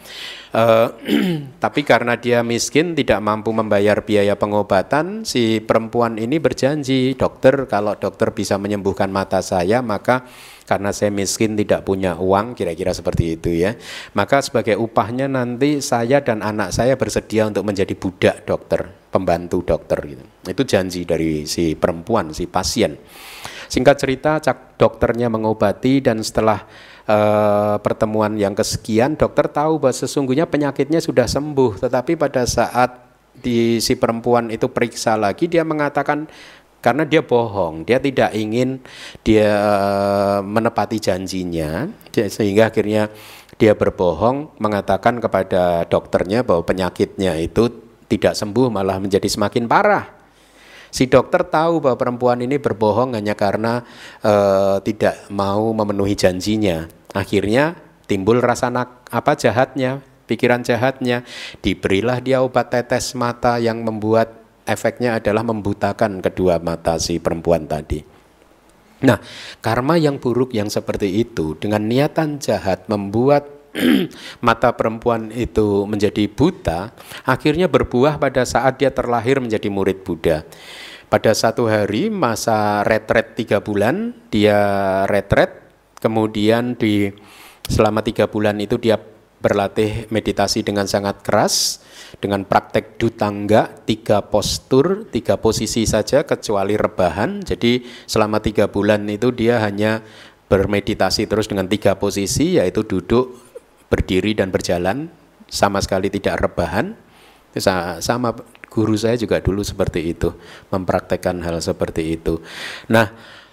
[SPEAKER 1] Tapi karena dia miskin tidak mampu membayar biaya pengobatan, si perempuan ini berjanji, dokter, kalau dokter bisa menyembuhkan mata saya, maka karena saya miskin tidak punya uang, kira-kira seperti itu ya, maka sebagai upahnya nanti saya dan anak saya bersedia untuk menjadi budak dokter, pembantu dokter gitu. Itu janji dari si perempuan, si pasien. Singkat cerita, dokternya mengobati dan setelah pertemuan yang kesekian, dokter tahu bahwa sesungguhnya penyakitnya sudah sembuh, tetapi pada saat si perempuan itu periksa lagi, dia mengatakan karena dia bohong, dia tidak ingin dia menepati janjinya, sehingga akhirnya dia berbohong mengatakan kepada dokternya bahwa penyakitnya itu tidak sembuh, malah menjadi semakin parah. Si dokter tahu bahwa perempuan ini berbohong hanya karena tidak mau memenuhi janjinya. Akhirnya timbul rasa jahatnya, pikiran jahatnya. Diberilah dia obat tetes mata yang membuat efeknya adalah membutakan kedua mata si perempuan tadi. Nah, karma yang buruk yang seperti itu dengan niatan jahat membuat mata perempuan itu menjadi buta, akhirnya berbuah pada saat dia terlahir menjadi murid Buddha. Pada satu hari masa retret 3 bulan, dia retret, kemudian selama 3 bulan itu dia berlatih meditasi dengan sangat keras, dengan praktek dutangga, 3 postur, 3 posisi saja kecuali rebahan. Jadi selama 3 bulan itu dia hanya bermeditasi terus dengan 3 posisi, yaitu duduk, berdiri dan berjalan, sama sekali tidak rebahan. Sama guru saya juga dulu seperti itu, mempraktekkan hal seperti itu. Nah,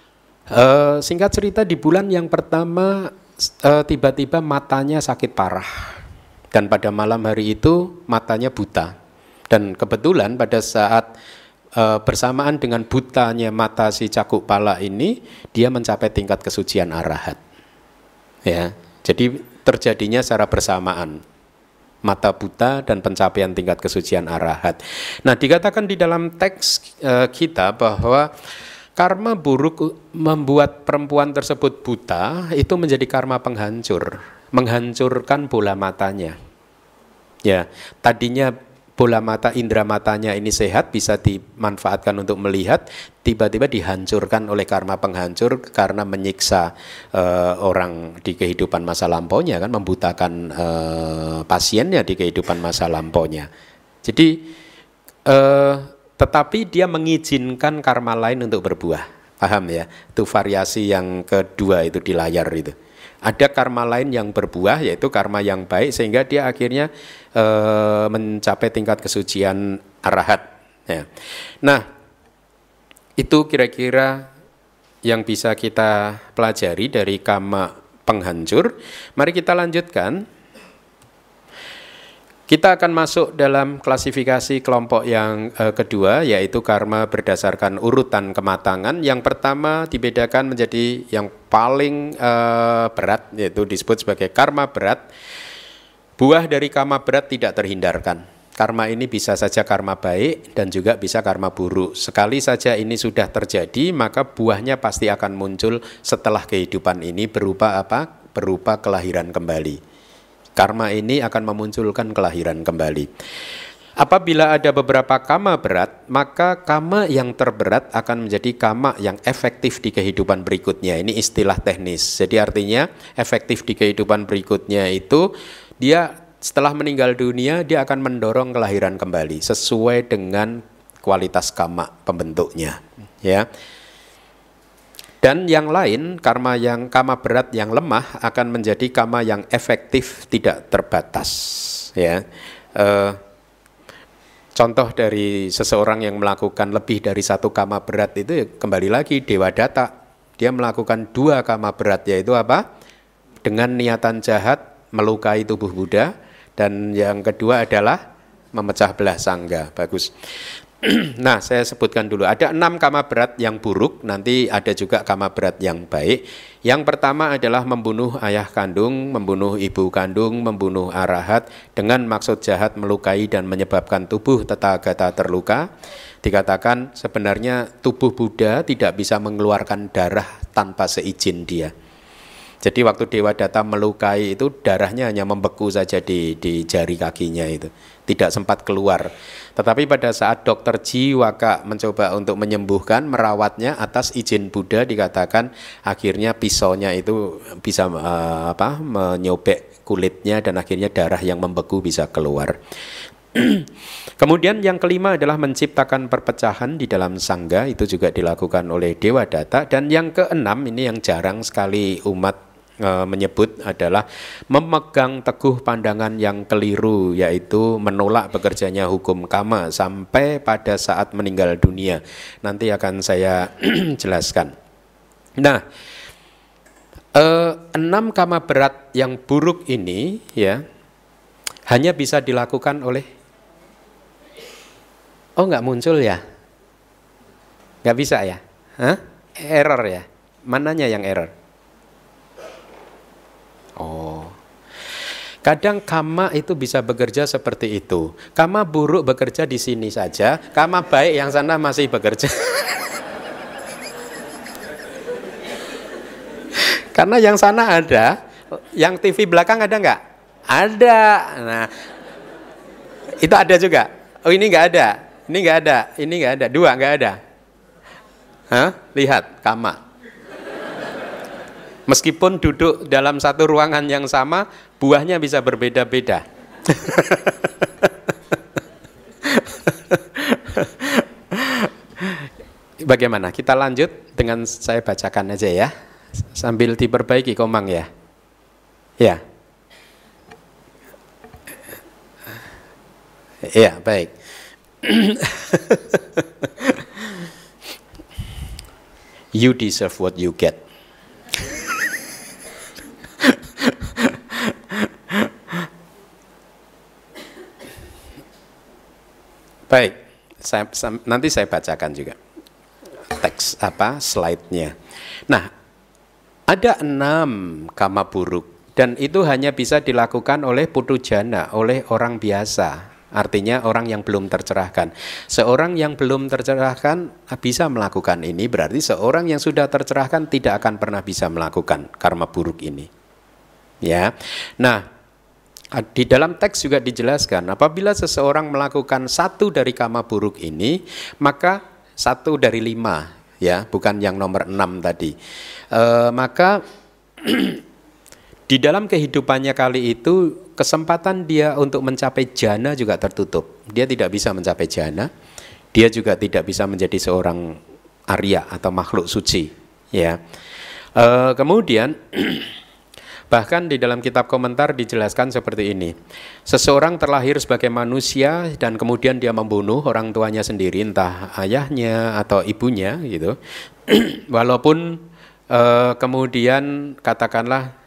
[SPEAKER 1] Singkat cerita, di bulan yang pertama tiba-tiba matanya sakit parah, dan pada malam hari itu matanya buta. Dan kebetulan pada saat bersamaan dengan butanya mata si Cakuk Pala ini, dia mencapai tingkat kesucian arahat. Ya, jadi terjadinya secara bersamaan mata buta dan pencapaian tingkat kesucian arahat. Nah, dikatakan di dalam teks kita bahwa karma buruk membuat perempuan tersebut buta itu menjadi karma penghancur, menghancurkan bola matanya. Ya, tadinya bola mata, indera matanya ini sehat, bisa dimanfaatkan untuk melihat, tiba-tiba dihancurkan oleh karma penghancur karena menyiksa orang di kehidupan masa lampaunya, kan, membutakan pasiennya di kehidupan masa lampaunya. Jadi tetapi dia mengizinkan karma lain untuk berbuah. Paham ya? Itu variasi yang kedua itu di layar itu. Ada karma lain yang berbuah, yaitu karma yang baik, sehingga dia akhirnya mencapai tingkat kesucian arahat. Ya. Nah, itu kira-kira yang bisa kita pelajari dari karma penghancur. Mari kita lanjutkan. Kita akan masuk dalam klasifikasi kelompok yang kedua, yaitu karma berdasarkan urutan kematangan. Yang pertama dibedakan menjadi yang paling berat, yaitu disebut sebagai karma berat. Buah dari karma berat tidak terhindarkan. Karma ini bisa saja karma baik dan juga bisa karma buruk. Sekali saja ini sudah terjadi, maka buahnya pasti akan muncul setelah kehidupan ini berupa apa? Berupa kelahiran kembali. Karma ini akan memunculkan kelahiran kembali. Apabila ada beberapa karma berat, maka karma yang terberat akan menjadi karma yang efektif di kehidupan berikutnya. Ini istilah teknis. Jadi artinya efektif di kehidupan berikutnya itu dia setelah meninggal dunia dia akan mendorong kelahiran kembali sesuai dengan kualitas karma pembentuknya, ya. Dan yang lain, karma berat yang lemah akan menjadi karma yang efektif tidak terbatas. Ya, contoh dari seseorang yang melakukan lebih dari satu karma berat itu kembali lagi Dewadatta. Dia melakukan 2 karma berat, yaitu apa? Dengan niatan jahat melukai tubuh Buddha, dan yang kedua adalah memecah belah sangga. Bagus. Nah, saya sebutkan dulu. Ada 6 karma berat yang buruk, nanti ada juga karma berat yang baik. Yang pertama adalah membunuh ayah kandung, membunuh ibu kandung, membunuh arahat dengan maksud jahat melukai dan menyebabkan tubuh Tathagata terluka. Dikatakan sebenarnya tubuh Buddha tidak bisa mengeluarkan darah tanpa seizin dia. Jadi waktu Dewadatta melukai itu darahnya hanya membeku saja di jari kakinya itu, tidak sempat keluar. Tetapi pada saat dokter Jiwaka mencoba untuk menyembuhkan, merawatnya atas izin Buddha, dikatakan akhirnya pisaunya itu bisa menyobek kulitnya dan akhirnya darah yang membeku bisa keluar. Kemudian yang kelima adalah menciptakan perpecahan di dalam sangga, itu juga dilakukan oleh Dewadatta. Dan yang keenam, ini yang jarang sekali umat menyebut, adalah memegang teguh pandangan yang keliru, yaitu menolak bekerjanya hukum kama sampai pada saat meninggal dunia. Nanti akan saya jelaskan. Nah, 6 kama berat yang buruk ini ya hanya bisa dilakukan oleh nggak muncul ya? Nggak bisa ya? Hah? Error ya? Mananya yang error? Kadang kama itu bisa bekerja seperti itu. Kama buruk bekerja di sini saja, kama baik yang sana masih bekerja. Karena yang sana ada, yang TV belakang ada nggak? Ada. Nah, itu ada juga. Oh, ini nggak ada. Ini nggak ada, ini nggak ada, 2 nggak ada. Hah? Lihat, kama. Meskipun duduk dalam satu ruangan yang sama, buahnya bisa berbeda-beda. Bagaimana? Kita lanjut dengan saya bacakan aja ya, sambil diperbaiki Komang ya. Ya. Ya, baik. You deserve what you get. Baik, nanti saya bacakan juga teks slide-nya. Nah, ada 6 kama buruk dan itu hanya bisa dilakukan oleh putu jana, oleh orang biasa. Artinya orang yang belum tercerahkan. Seorang yang belum tercerahkan bisa melakukan ini, berarti seorang yang sudah tercerahkan tidak akan pernah bisa melakukan karma buruk ini. Ya. Nah, di dalam teks juga dijelaskan, apabila seseorang melakukan 1 dari kama buruk ini, maka 1 dari 5, ya, bukan yang nomor 6 tadi. Maka di dalam kehidupannya kali itu, kesempatan dia untuk mencapai jana juga tertutup. Dia tidak bisa mencapai jana, dia juga tidak bisa menjadi seorang Arya atau makhluk suci. Ya. Kemudian bahkan di dalam kitab komentar dijelaskan seperti ini. Seseorang terlahir sebagai manusia dan kemudian dia membunuh orang tuanya sendiri, entah ayahnya atau ibunya gitu. Walaupun kemudian katakanlah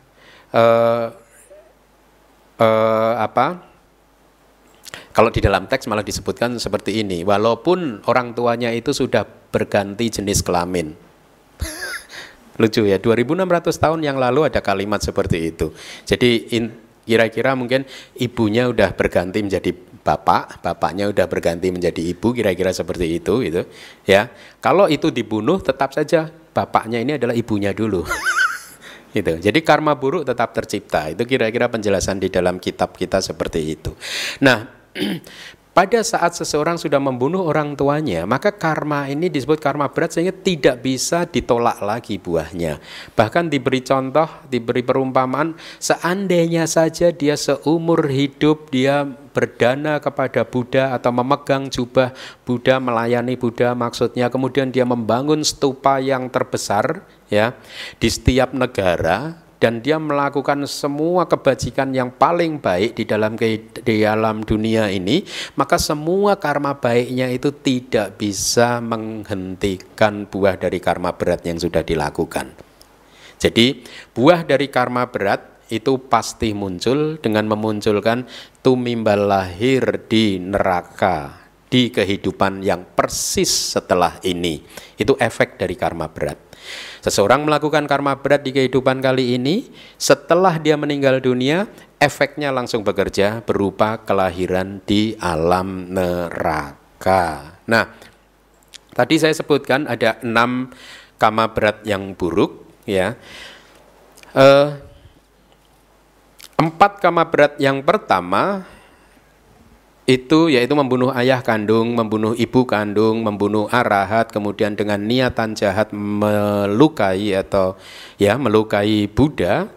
[SPEAKER 1] kalau di dalam teks malah disebutkan seperti ini, walaupun orang tuanya itu sudah berganti jenis kelamin. Lucu ya, 2600 tahun yang lalu ada kalimat seperti itu. Jadi kira-kira mungkin ibunya udah berganti menjadi bapak, bapaknya udah berganti menjadi ibu, kira-kira seperti itu gitu. Ya. Kalau itu dibunuh, tetap saja bapaknya ini adalah ibunya dulu. Gitu. Jadi karma buruk tetap tercipta. Itu kira-kira penjelasan di dalam kitab kita seperti itu. Nah, pada saat seseorang sudah membunuh orang tuanya, maka karma ini disebut karma berat sehingga tidak bisa ditolak lagi buahnya. Bahkan diberi contoh, diberi perumpamaan, seandainya saja dia seumur hidup dia berdana kepada Buddha atau memegang jubah Buddha, melayani Buddha maksudnya, kemudian dia membangun stupa yang terbesar ya di setiap negara, dan dia melakukan semua kebajikan yang paling baik di dalam dunia ini, maka semua karma baiknya itu tidak bisa menghentikan buah dari karma berat yang sudah dilakukan. Jadi buah dari karma berat itu pasti muncul dengan memunculkan tumimbal lahir di neraka, di kehidupan yang persis setelah ini. Itu efek dari karma berat. Seseorang melakukan karma berat di kehidupan kali ini, setelah dia meninggal dunia, efeknya langsung bekerja berupa kelahiran di alam neraka. Nah, tadi saya sebutkan ada 6 karma berat yang buruk, ya. 4 karma berat yang pertama itu yaitu membunuh ayah kandung, membunuh ibu kandung, membunuh arahat, kemudian dengan niatan jahat melukai atau ya melukai Buddha.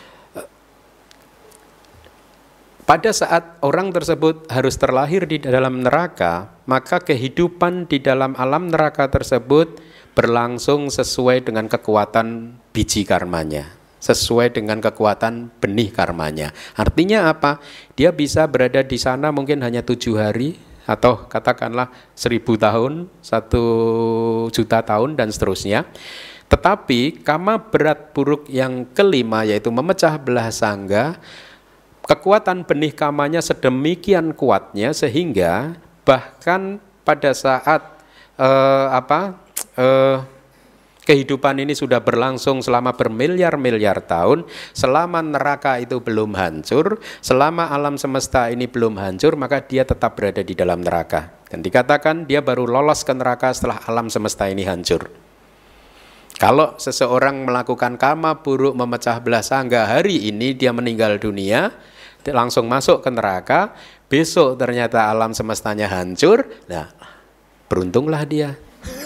[SPEAKER 1] Pada saat orang tersebut harus terlahir di dalam neraka, maka kehidupan di dalam alam neraka tersebut berlangsung sesuai dengan kekuatan biji karmanya, sesuai dengan kekuatan benih karmanya. Artinya apa? Dia bisa berada di sana mungkin hanya 7 hari atau katakanlah 1000 tahun, 1 juta tahun dan seterusnya. Tetapi karma berat buruk yang kelima yaitu memecah belah sangga, kekuatan benih karmanya sedemikian kuatnya sehingga bahkan pada saat kehidupan ini sudah berlangsung selama bermiliar-miliar tahun, selama neraka itu belum hancur, selama alam semesta ini belum hancur, maka dia tetap berada di dalam neraka. Dan dikatakan dia baru lolos ke neraka setelah alam semesta ini hancur. Kalau seseorang melakukan karma buruk memecah belah sangga hari ini, dia meninggal dunia, langsung masuk ke neraka, besok ternyata alam semestanya hancur, nah beruntunglah dia.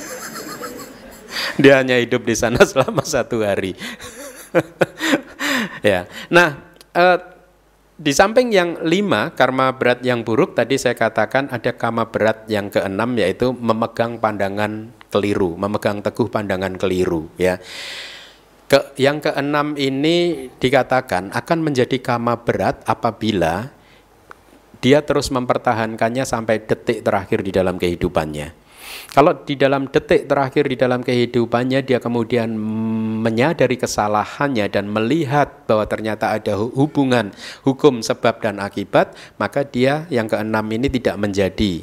[SPEAKER 1] Dia hanya hidup di sana selama 1 hari. Ya. Nah, di samping yang 5 karma berat yang buruk tadi saya katakan ada karma berat yang ke-6 yaitu memegang pandangan keliru, memegang teguh pandangan keliru. Ya. Yang ke-6 ini dikatakan akan menjadi karma berat apabila dia terus mempertahankannya sampai detik terakhir di dalam kehidupannya. Kalau di dalam detik terakhir di dalam kehidupannya dia kemudian menyadari kesalahannya dan melihat bahwa ternyata ada hubungan hukum sebab dan akibat, maka dia yang keenam ini tidak menjadi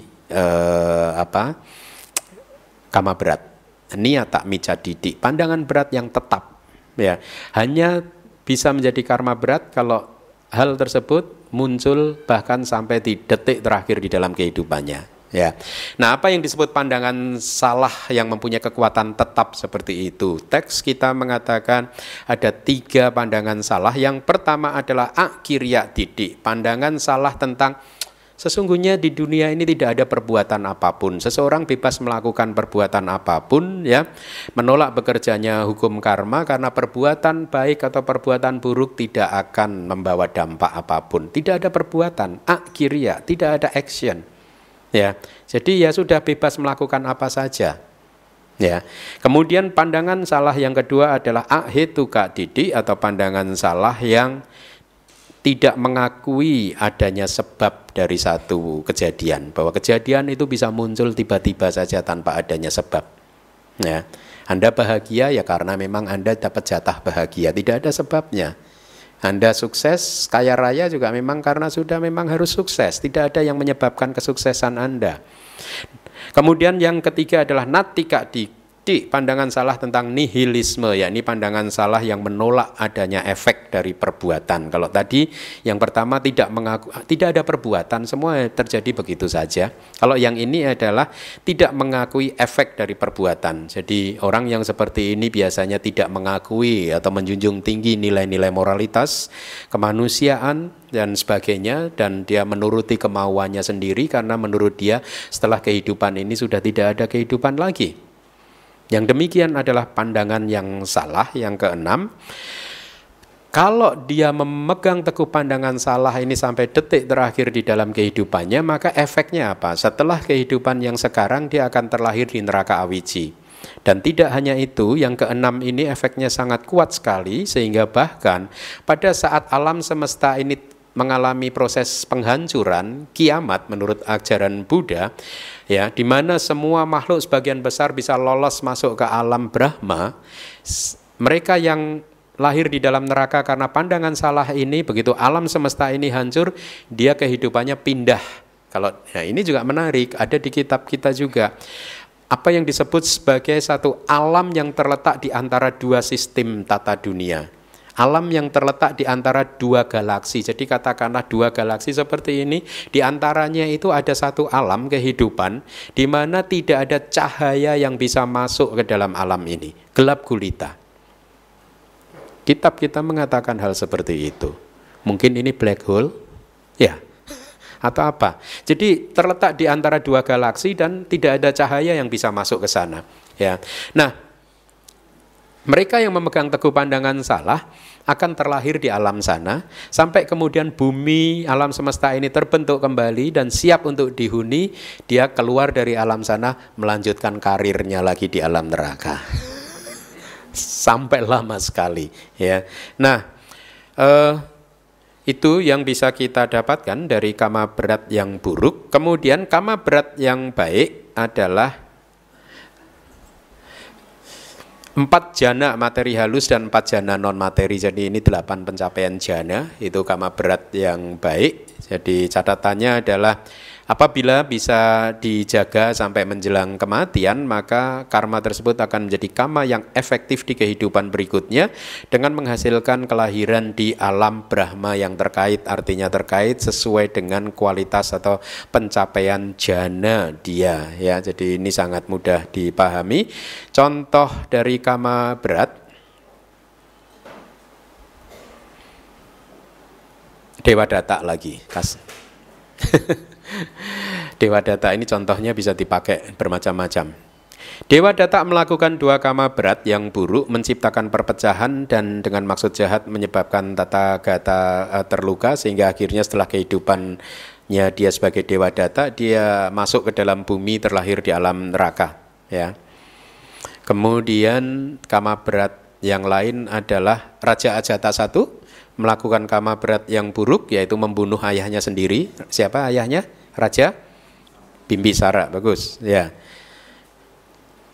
[SPEAKER 1] kama berat. Niyata mica didik, pandangan berat yang tetap. Ya, hanya bisa menjadi karma berat kalau hal tersebut muncul bahkan sampai di detik terakhir di dalam kehidupannya. Ya. Nah, apa yang disebut pandangan salah yang mempunyai kekuatan tetap seperti itu? Teks kita mengatakan ada 3 pandangan salah. Yang pertama adalah akirya didik, pandangan salah tentang sesungguhnya di dunia ini tidak ada perbuatan apapun. Seseorang bebas melakukan perbuatan apapun, ya, menolak bekerjanya hukum karma karena perbuatan baik atau perbuatan buruk tidak akan membawa dampak apapun. Tidak ada perbuatan, akirya, tidak ada action. Ya, jadi ya sudah bebas melakukan apa saja. Ya. Kemudian pandangan salah yang kedua adalah ahetuka didik atau pandangan salah yang tidak mengakui adanya sebab dari satu kejadian, bahwa kejadian itu bisa muncul tiba-tiba saja tanpa adanya sebab. Ya. Anda bahagia ya karena memang Anda dapat jatah bahagia, tidak ada sebabnya. Anda sukses, kaya raya juga memang karena sudah memang harus sukses. Tidak ada yang menyebabkan kesuksesan Anda. Kemudian yang ketiga adalah natika didik, pandangan salah tentang nihilisme, yakni pandangan salah yang menolak adanya efek dari perbuatan. Kalau tadi yang pertama tidak ada perbuatan, semua terjadi begitu saja. Kalau yang ini adalah tidak mengakui efek dari perbuatan. Jadi orang yang seperti ini biasanya tidak mengakui atau menjunjung tinggi nilai-nilai moralitas, kemanusiaan dan sebagainya, dan dia menuruti kemauannya sendiri karena menurut dia setelah kehidupan ini sudah tidak ada kehidupan lagi. Yang demikian adalah pandangan yang salah. Yang keenam, kalau dia memegang teguh pandangan salah ini sampai detik terakhir di dalam kehidupannya, maka efeknya apa? Setelah kehidupan yang sekarang dia akan terlahir di neraka awiji. Dan tidak hanya itu, yang keenam ini efeknya sangat kuat sekali, sehingga bahkan pada saat alam semesta ini mengalami proses penghancuran, kiamat menurut ajaran Buddha, ya, di mana semua makhluk sebagian besar bisa lolos masuk ke alam Brahma. Mereka yang lahir di dalam neraka karena pandangan salah ini, begitu alam semesta ini hancur, dia kehidupannya pindah. Kalau ini juga menarik, ada di kitab kita juga. Apa yang disebut sebagai satu alam yang terletak di antara 2 sistem tata dunia. Alam yang terletak di antara 2 galaksi. Jadi katakanlah 2 galaksi seperti ini, di antaranya itu ada satu alam kehidupan di mana tidak ada cahaya yang bisa masuk ke dalam alam ini. Gelap gulita. Kitab kita mengatakan hal seperti itu. Mungkin ini black hole? Ya. Atau apa? Jadi terletak di antara 2 galaksi dan tidak ada cahaya yang bisa masuk ke sana. Ya. Nah, mereka yang memegang teguh pandangan salah akan terlahir di alam sana, sampai kemudian bumi alam semesta ini terbentuk kembali dan siap untuk dihuni, dia keluar dari alam sana melanjutkan karirnya lagi di alam neraka. Sampai lama sekali, ya. Nah, itu yang bisa kita dapatkan dari kama berat yang buruk. Kemudian kama berat yang baik adalah 4 jana materi halus dan 4 jana non materi. Jadi ini 8 pencapaian jana, itu kama berat yang baik. Jadi catatannya adalah apabila bisa dijaga sampai menjelang kematian, maka karma tersebut akan menjadi kama yang efektif di kehidupan berikutnya dengan menghasilkan kelahiran di alam Brahma yang terkait, artinya terkait sesuai dengan kualitas atau pencapaian jana dia, ya. Jadi ini sangat mudah dipahami. Contoh dari kama berat, Dewadatta lagi, Dewadatta ini contohnya bisa dipakai bermacam-macam. Dewadatta melakukan 2 kama berat yang buruk, menciptakan perpecahan dan dengan maksud jahat menyebabkan Tathagata terluka, sehingga akhirnya setelah kehidupannya dia sebagai Dewadatta, dia masuk ke dalam bumi, terlahir di alam neraka, ya. Kemudian kama berat yang lain adalah Raja Ajata 1 melakukan kama berat yang buruk, yaitu membunuh ayahnya sendiri. Siapa ayahnya? Raja Bimbisara, bagus, ya.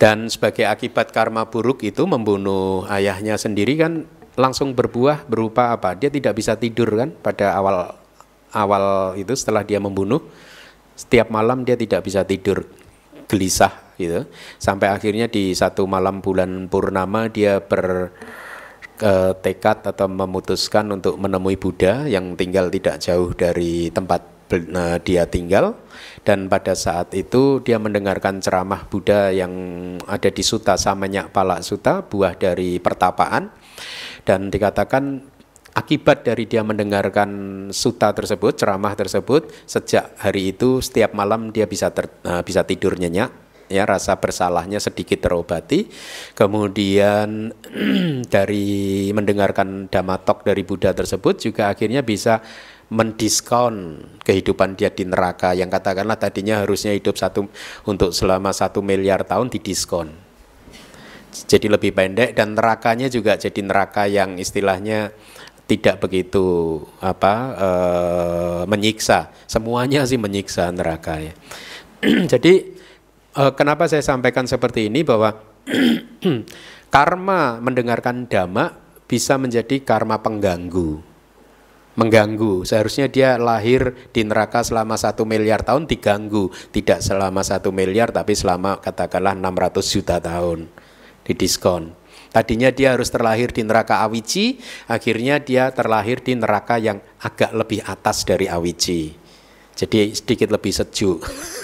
[SPEAKER 1] Dan sebagai akibat karma buruk itu membunuh ayahnya sendiri kan langsung berbuah berupa apa? Dia tidak bisa tidur kan pada awal itu setelah dia membunuh. Setiap malam dia tidak bisa tidur, gelisah gitu. Sampai akhirnya di satu malam bulan purnama dia bertekad atau memutuskan untuk menemui Buddha yang tinggal tidak jauh dari tempat dia tinggal. Dan pada saat itu dia mendengarkan ceramah Buddha yang ada di Sutta Samanyak Pala Sutta, buah dari pertapaan. Dan dikatakan akibat dari dia mendengarkan sutta tersebut, ceramah tersebut, sejak hari itu setiap malam dia bisa tidur nyenyak, ya, rasa bersalahnya sedikit terobati. Kemudian dari mendengarkan Dhamma talk dari Buddha tersebut juga akhirnya bisa mendiskon kehidupan dia di neraka yang katakanlah tadinya harusnya hidup untuk selama 1 miliar tahun didiskon. Jadi lebih pendek dan nerakanya juga jadi neraka yang istilahnya tidak begitu menyiksa. Semuanya sih menyiksa neraka ya. Jadi kenapa saya sampaikan seperti ini bahwa karma mendengarkan Dhamma bisa menjadi karma mengganggu. Seharusnya dia lahir di neraka selama 1 miliar tahun diganggu, tidak selama 1 miliar tapi selama katakanlah 600 juta tahun. Didiskon. Tadinya dia harus terlahir di neraka Awici, akhirnya dia terlahir di neraka yang agak lebih atas dari Awici. Jadi sedikit lebih sejuk.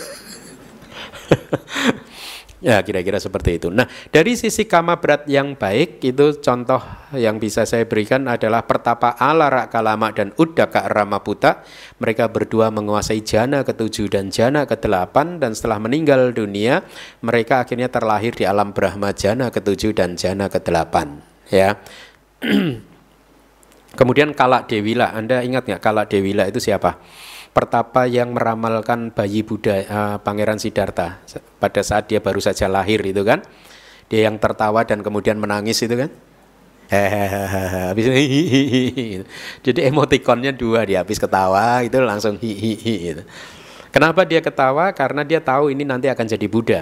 [SPEAKER 1] Ya kira-kira seperti itu. Nah dari sisi kama berat yang baik itu contoh yang bisa saya berikan adalah Pertapa Alara Kalama dan Uddaka Ramaputa. Mereka berdua menguasai jana ke-7 dan jana ke-8 dan setelah meninggal dunia mereka akhirnya terlahir di alam Brahma jana ke-7 dan jana ke-8 ya. Kemudian Kala Dewila, Anda ingat nggak Kala Dewila itu siapa? Pertapa yang meramalkan bayi Buddha, Pangeran Siddhartha pada saat dia baru saja lahir itu kan, dia yang tertawa dan kemudian menangis itu kan, habis hihihi. Jadi emotikonnya 2, dia habis ketawa itu langsung hihihi gitu. Kenapa dia ketawa? Karena dia tahu ini nanti akan jadi Buddha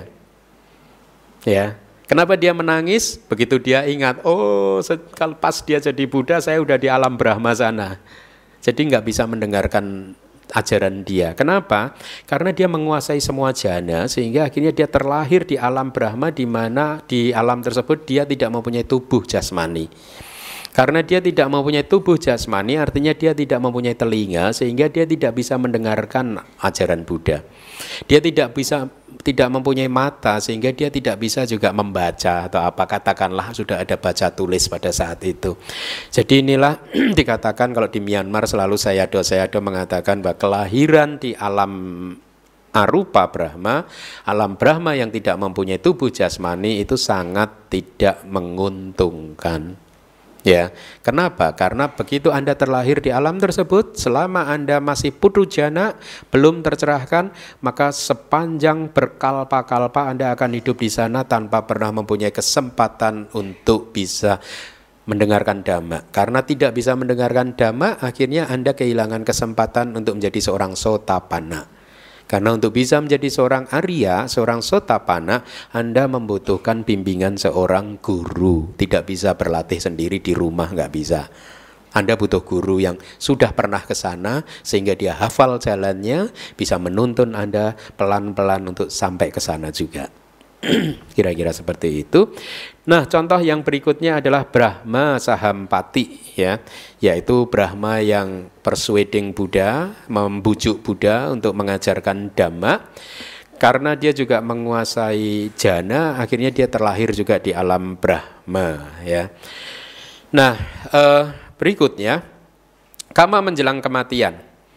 [SPEAKER 1] ya. Kenapa dia menangis? Begitu dia ingat, oh kalau pas dia jadi Buddha saya udah di alam Brahma sana, jadi nggak bisa mendengarkan ajaran dia. Kenapa? Karena dia menguasai semua jana sehingga akhirnya dia terlahir di alam Brahma, di mana di alam tersebut dia tidak mempunyai tubuh jasmani. Karena dia tidak mempunyai tubuh jasmani artinya dia tidak mempunyai telinga sehingga dia tidak bisa mendengarkan ajaran Buddha. Dia tidak mempunyai mata sehingga dia tidak bisa juga membaca atau apa, katakanlah sudah ada baca tulis pada saat itu. Jadi inilah dikatakan kalau di Myanmar selalu Sayadaw mengatakan bahwa kelahiran di alam arupa Brahma, alam Brahma yang tidak mempunyai tubuh jasmani itu sangat tidak menguntungkan. Ya, kenapa? Karena begitu Anda terlahir di alam tersebut, selama Anda masih putu jana, belum tercerahkan, maka sepanjang berkalpa-kalpa Anda akan hidup di sana tanpa pernah mempunyai kesempatan untuk bisa mendengarkan Dhamma. Karena tidak bisa mendengarkan Dhamma, akhirnya Anda kehilangan kesempatan untuk menjadi seorang sotapanna. Karena untuk bisa menjadi seorang Arya, seorang Sotapanna, Anda membutuhkan bimbingan seorang guru. Tidak bisa berlatih sendiri di rumah, nggak bisa. Anda butuh guru yang sudah pernah ke sana, sehingga dia hafal jalannya, bisa menuntun Anda pelan-pelan untuk sampai ke sana juga. Kira-kira seperti itu. Nah, contoh yang berikutnya adalah Brahma Sahampati ya, yaitu Brahma yang persuading Buddha, membujuk Buddha untuk mengajarkan Dhamma. Karena dia juga menguasai jana, akhirnya dia terlahir juga di alam Brahma ya. Nah, berikutnya kama menjelang kematian.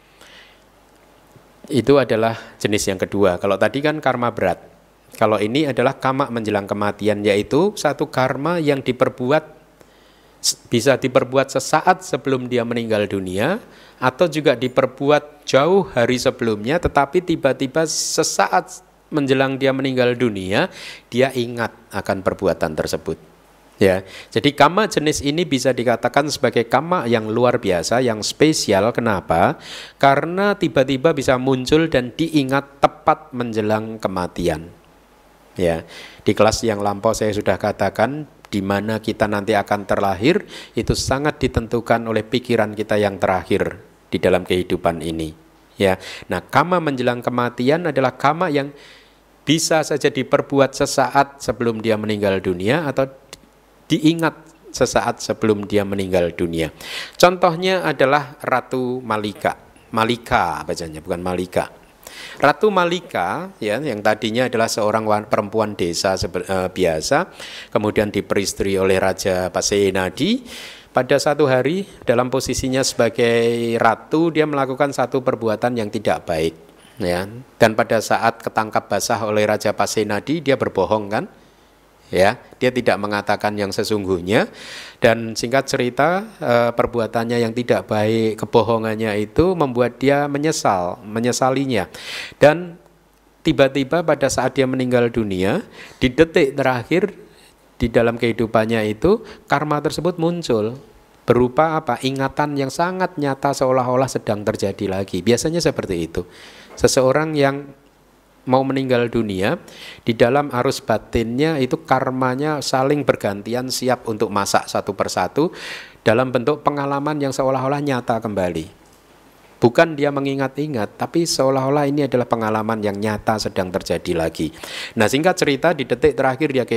[SPEAKER 1] Itu adalah jenis yang kedua. Kalau tadi kan karma berat. Kalau ini adalah kama menjelang kematian, yaitu satu karma yang bisa diperbuat sesaat sebelum dia meninggal dunia, atau juga diperbuat jauh hari sebelumnya, tetapi tiba-tiba sesaat menjelang dia meninggal dunia, dia ingat akan perbuatan tersebut. Ya, jadi kama jenis ini bisa dikatakan sebagai kama yang luar biasa, yang spesial. Kenapa? Karena tiba-tiba bisa muncul dan diingat tepat menjelang kematian. Ya, di kelas yang lampau saya sudah katakan di mana kita nanti akan terlahir itu sangat ditentukan oleh pikiran kita yang terakhir di dalam kehidupan ini. Ya, nah karma menjelang kematian adalah karma yang bisa saja diperbuat sesaat sebelum dia meninggal dunia atau diingat sesaat sebelum dia meninggal dunia. Contohnya adalah Ratu Malika. Malika bacanya, bukan Malika. Ratu Malika ya, yang tadinya adalah seorang perempuan desa biasa, kemudian diperistri oleh Raja Pasenadi. Pada satu hari dalam posisinya sebagai ratu, dia melakukan satu perbuatan yang tidak baik ya. Dan pada saat ketangkap basah oleh Raja Pasenadi, dia berbohong kan? Ya, dia tidak mengatakan yang sesungguhnya, dan singkat cerita perbuatannya yang tidak baik, kebohongannya itu membuat dia menyesalinya, dan tiba-tiba pada saat dia meninggal dunia, di detik terakhir di dalam kehidupannya itu karma tersebut muncul berupa apa? Ingatan yang sangat nyata seolah-olah sedang terjadi lagi. Biasanya seperti itu. Seseorang yang mau meninggal dunia, di dalam arus batinnya itu karmanya saling bergantian siap untuk masak satu persatu dalam bentuk pengalaman yang seolah-olah nyata kembali. Bukan dia mengingat-ingat, tapi seolah-olah ini adalah pengalaman yang nyata sedang terjadi lagi. Nah, singkat cerita di detik terakhir dia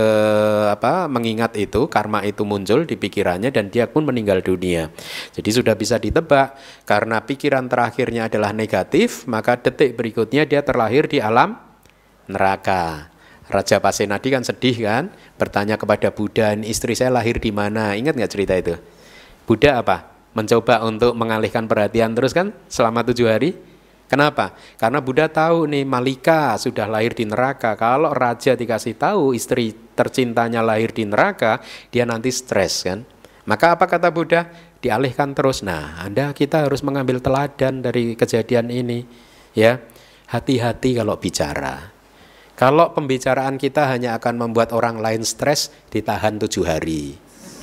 [SPEAKER 1] mengingat itu, karma itu muncul di pikirannya dan dia pun meninggal dunia. Jadi sudah bisa ditebak, karena pikiran terakhirnya adalah negatif, maka detik berikutnya dia terlahir di alam neraka. Raja Pasenadi kan sedih kan, bertanya kepada Buddha, istri saya lahir di mana? Ingat nggak cerita itu? Buddha apa? Mencoba untuk mengalihkan perhatian terus kan selama 7 hari. Kenapa? Karena Buddha tahu nih Malika sudah lahir di neraka. Kalau raja dikasih tahu istri tercintanya lahir di neraka, dia nanti stres kan. Maka apa kata Buddha? Dialihkan terus. Nah, kita harus mengambil teladan dari kejadian ini. Ya, hati-hati kalau bicara. Kalau pembicaraan kita hanya akan membuat orang lain stres, ditahan 7 hari.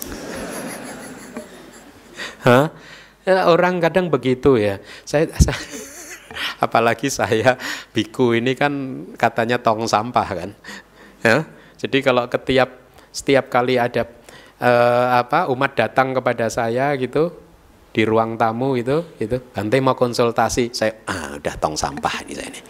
[SPEAKER 1] Orang kadang begitu ya. Apalagi saya biku ini kan katanya tong sampah kan. Ya, jadi kalau setiap kali ada umat datang kepada saya gitu di ruang tamu itu Bante mau konsultasi, saya udah tong sampah ini saya ini.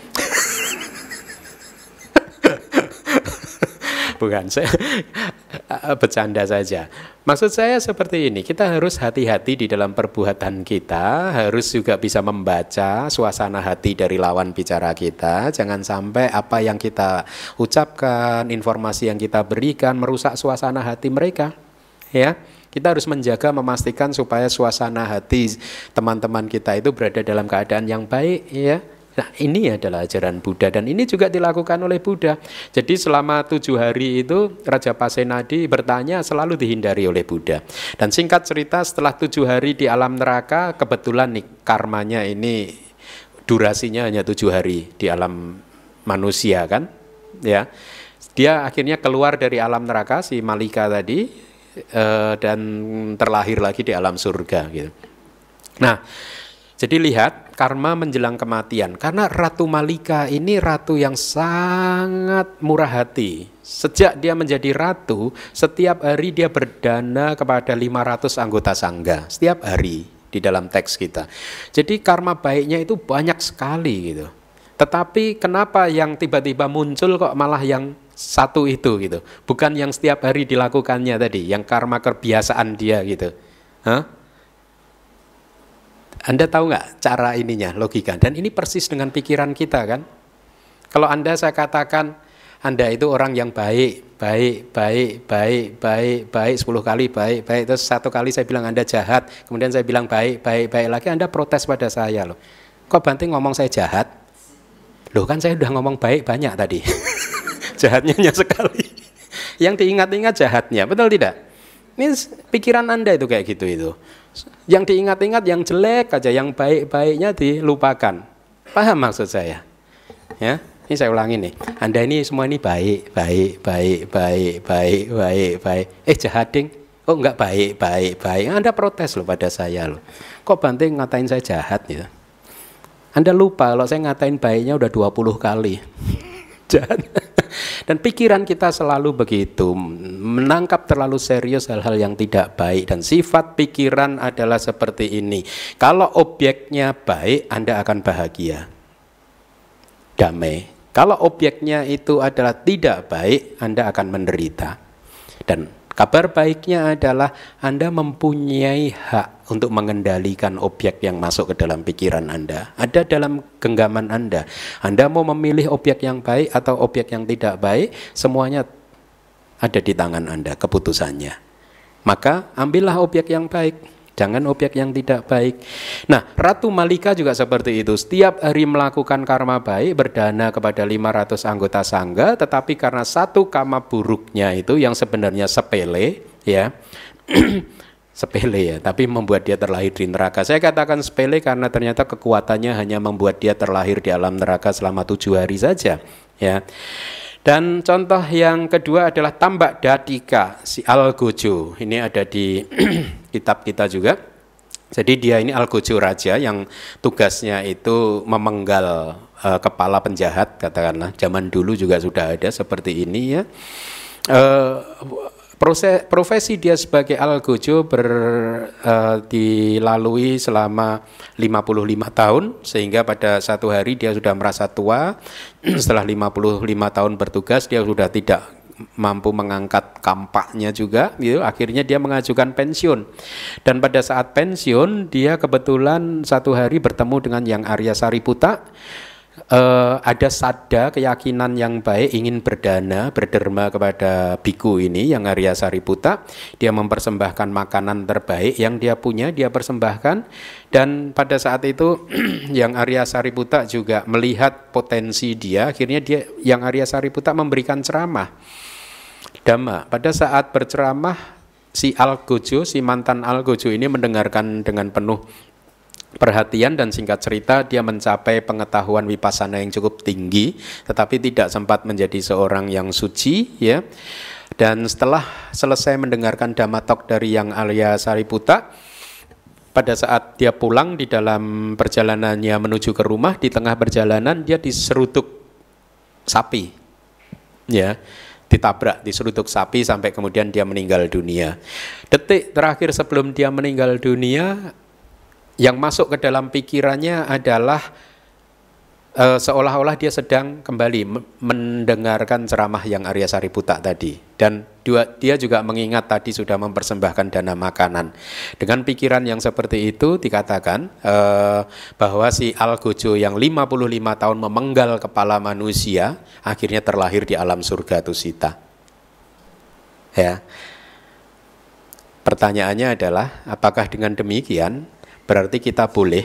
[SPEAKER 1] Bukan, saya bercanda saja. Maksud saya seperti ini, kita harus hati-hati di dalam perbuatan kita, harus juga bisa membaca suasana hati dari lawan bicara kita. Jangan sampai apa yang kita ucapkan, informasi yang kita berikan merusak suasana hati mereka. Ya, kita harus menjaga, memastikan supaya suasana hati teman-teman kita itu berada dalam keadaan yang baik, ya. Nah, ini adalah ajaran Buddha dan ini juga dilakukan oleh Buddha. Jadi selama 7 hari itu Raja Pasenadi bertanya selalu dihindari oleh Buddha. Dan singkat cerita setelah 7 hari di alam neraka, kebetulan nih karmanya ini durasinya hanya 7 hari di alam manusia kan. Ya, dia akhirnya keluar dari alam neraka si Malika tadi dan terlahir lagi di alam surga gitu. Nah, jadi lihat karma menjelang kematian. Karena Ratu Malika ini ratu yang sangat murah hati. Sejak dia menjadi ratu, setiap hari dia berdana kepada 500 anggota sangga. Setiap hari di dalam teks kita. Jadi karma baiknya itu banyak sekali gitu. Tetapi kenapa yang tiba-tiba muncul kok malah yang satu itu gitu. Bukan yang setiap hari dilakukannya tadi, yang karma kebiasaan dia gitu. Hah? Anda tahu nggak cara ininya, logika? Dan ini persis dengan pikiran kita kan. Kalau saya katakan Anda itu orang yang baik 10 kali baik, terus 1 kali saya bilang Anda jahat, kemudian saya bilang baik lagi, Anda protes pada saya loh. Kok Bante ngomong saya jahat? Loh kan saya udah ngomong baik banyak tadi. Jahatnya hanya sekali. Yang diingat-ingat jahatnya, betul tidak? Ini pikiran Anda itu kayak gitu itu. Yang diingat-ingat yang jelek aja, yang baik-baiknya dilupakan. Paham maksud saya? Ya, ini saya ulangi nih. Anda ini semua ini baik. Jahat ding. Oh enggak baik. Anda protes loh pada saya loh. Kok Bante ngatain saya jahat gitu? Anda lupa kalau saya ngatain baiknya udah 20 kali. Jahat. Dan pikiran kita selalu begitu, menangkap terlalu serius hal-hal yang tidak baik. Dan sifat pikiran adalah seperti ini. Kalau objeknya baik, Anda akan bahagia, damai. Kalau objeknya itu adalah tidak baik, Anda akan menderita. Dan kabar baiknya adalah Anda mempunyai hak untuk mengendalikan objek yang masuk ke dalam pikiran Anda. Ada dalam genggaman Anda. Anda mau memilih objek yang baik atau objek yang tidak baik, semuanya ada di tangan Anda, keputusannya. Maka ambillah objek yang baik, jangan objek yang tidak baik. Nah, Ratu Malika juga seperti itu. Setiap hari melakukan karma baik, berdana kepada 500 anggota sangga, tetapi karena satu karma buruknya itu yang sebenarnya sepele, ya, sepele ya, tapi membuat dia terlahir di neraka. Saya katakan sepele karena ternyata kekuatannya hanya membuat dia terlahir di alam neraka selama 7 hari saja, ya. Dan contoh yang kedua adalah Tambak Datika, si Algojo. Ini ada di kitab kita juga. Jadi dia ini Algojo Raja yang tugasnya itu memenggal kepala penjahat, katakanlah. Zaman dulu juga sudah ada seperti ini, ya. Profesi dia sebagai Algojo dilalui selama 55 tahun, sehingga pada satu hari dia sudah merasa tua. Setelah 55 tahun bertugas, dia sudah tidak mampu mengangkat kampaknya juga, gitu. Akhirnya dia mengajukan pensiun. Dan pada saat pensiun, dia kebetulan satu hari bertemu dengan Yang Arya Sariputa. Ada sada keyakinan yang baik, ingin berdana, berderma kepada biku ini, Yang Arya Sariputa. Dia mempersembahkan makanan terbaik yang dia punya, dia persembahkan. Dan pada saat itu Yang Arya Sariputa juga melihat potensi dia. Akhirnya Yang Arya Sariputa memberikan ceramah Dhamma. Pada saat berceramah, si Algojo, si mantan Algojo ini mendengarkan dengan penuh perhatian, dan singkat cerita dia mencapai pengetahuan vipassana yang cukup tinggi, tetapi tidak sempat menjadi seorang yang suci, ya. Dan setelah selesai mendengarkan Dhamma talk dari Yang Arya Sariputa, pada saat dia pulang di dalam perjalanannya menuju ke rumah, di tengah perjalanan dia diseruduk sapi, ya. Ditabrak, diseruduk sapi sampai kemudian dia meninggal dunia. Detik terakhir sebelum dia meninggal dunia, yang masuk ke dalam pikirannya adalah seolah-olah dia sedang kembali mendengarkan ceramah Yang Arya Sariputa tadi. Dan dia juga mengingat tadi sudah mempersembahkan dana makanan. Dengan pikiran yang seperti itu dikatakan bahwa si Algojo yang 55 tahun memenggal kepala manusia akhirnya terlahir di alam surga Tusita. Ya. Pertanyaannya adalah, apakah dengan demikian berarti kita boleh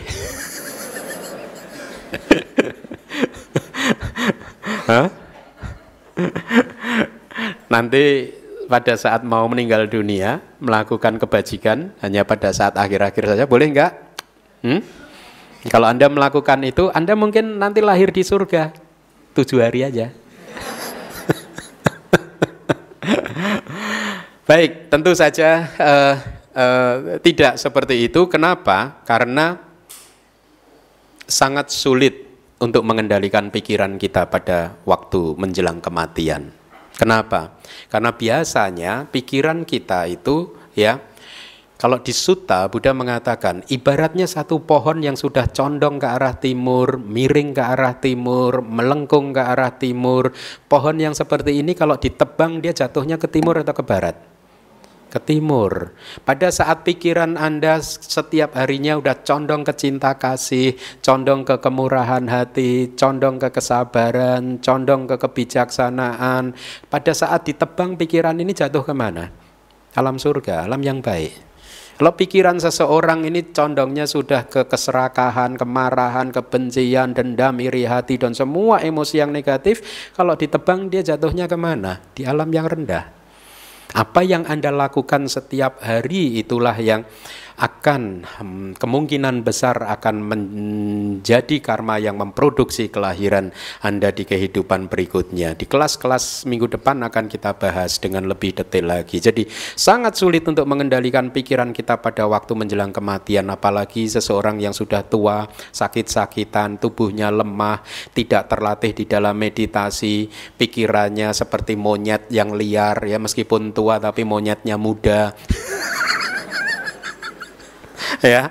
[SPEAKER 1] nanti pada saat mau meninggal dunia melakukan kebajikan hanya pada saat akhir-akhir saja, boleh enggak? Kalau Anda melakukan itu, Anda mungkin nanti lahir di surga 7 hari aja. Baik, tentu saja tidak seperti itu. Kenapa? Karena sangat sulit untuk mengendalikan pikiran kita pada waktu menjelang kematian. Kenapa? Karena biasanya pikiran kita itu, ya, kalau di Sutta Buddha mengatakan ibaratnya satu pohon yang sudah condong ke arah timur, miring ke arah timur, melengkung ke arah timur. Pohon yang seperti ini kalau ditebang dia jatuhnya ke timur atau ke barat? Ke timur. Pada saat pikiran Anda setiap harinya udah condong ke cinta kasih, condong ke kemurahan hati, condong ke kesabaran, condong ke kebijaksanaan, pada saat ditebang pikiran ini jatuh kemana? Alam surga, alam yang baik. Kalau pikiran seseorang ini condongnya sudah ke keserakahan, kemarahan, kebencian, dendam, iri hati, dan semua emosi yang negatif, kalau ditebang dia jatuhnya kemana? Di alam yang rendah. Apa yang Anda lakukan setiap hari itulah yang akan kemungkinan besar akan menjadi karma yang memproduksi kelahiran Anda di kehidupan berikutnya. Di kelas-kelas minggu depan akan kita bahas dengan lebih detail lagi. Jadi sangat sulit untuk mengendalikan pikiran kita pada waktu menjelang kematian, apalagi seseorang yang sudah tua, sakit-sakitan, tubuhnya lemah, tidak terlatih di dalam meditasi, pikirannya seperti monyet yang liar, ya meskipun tua tapi monyetnya muda. Ya,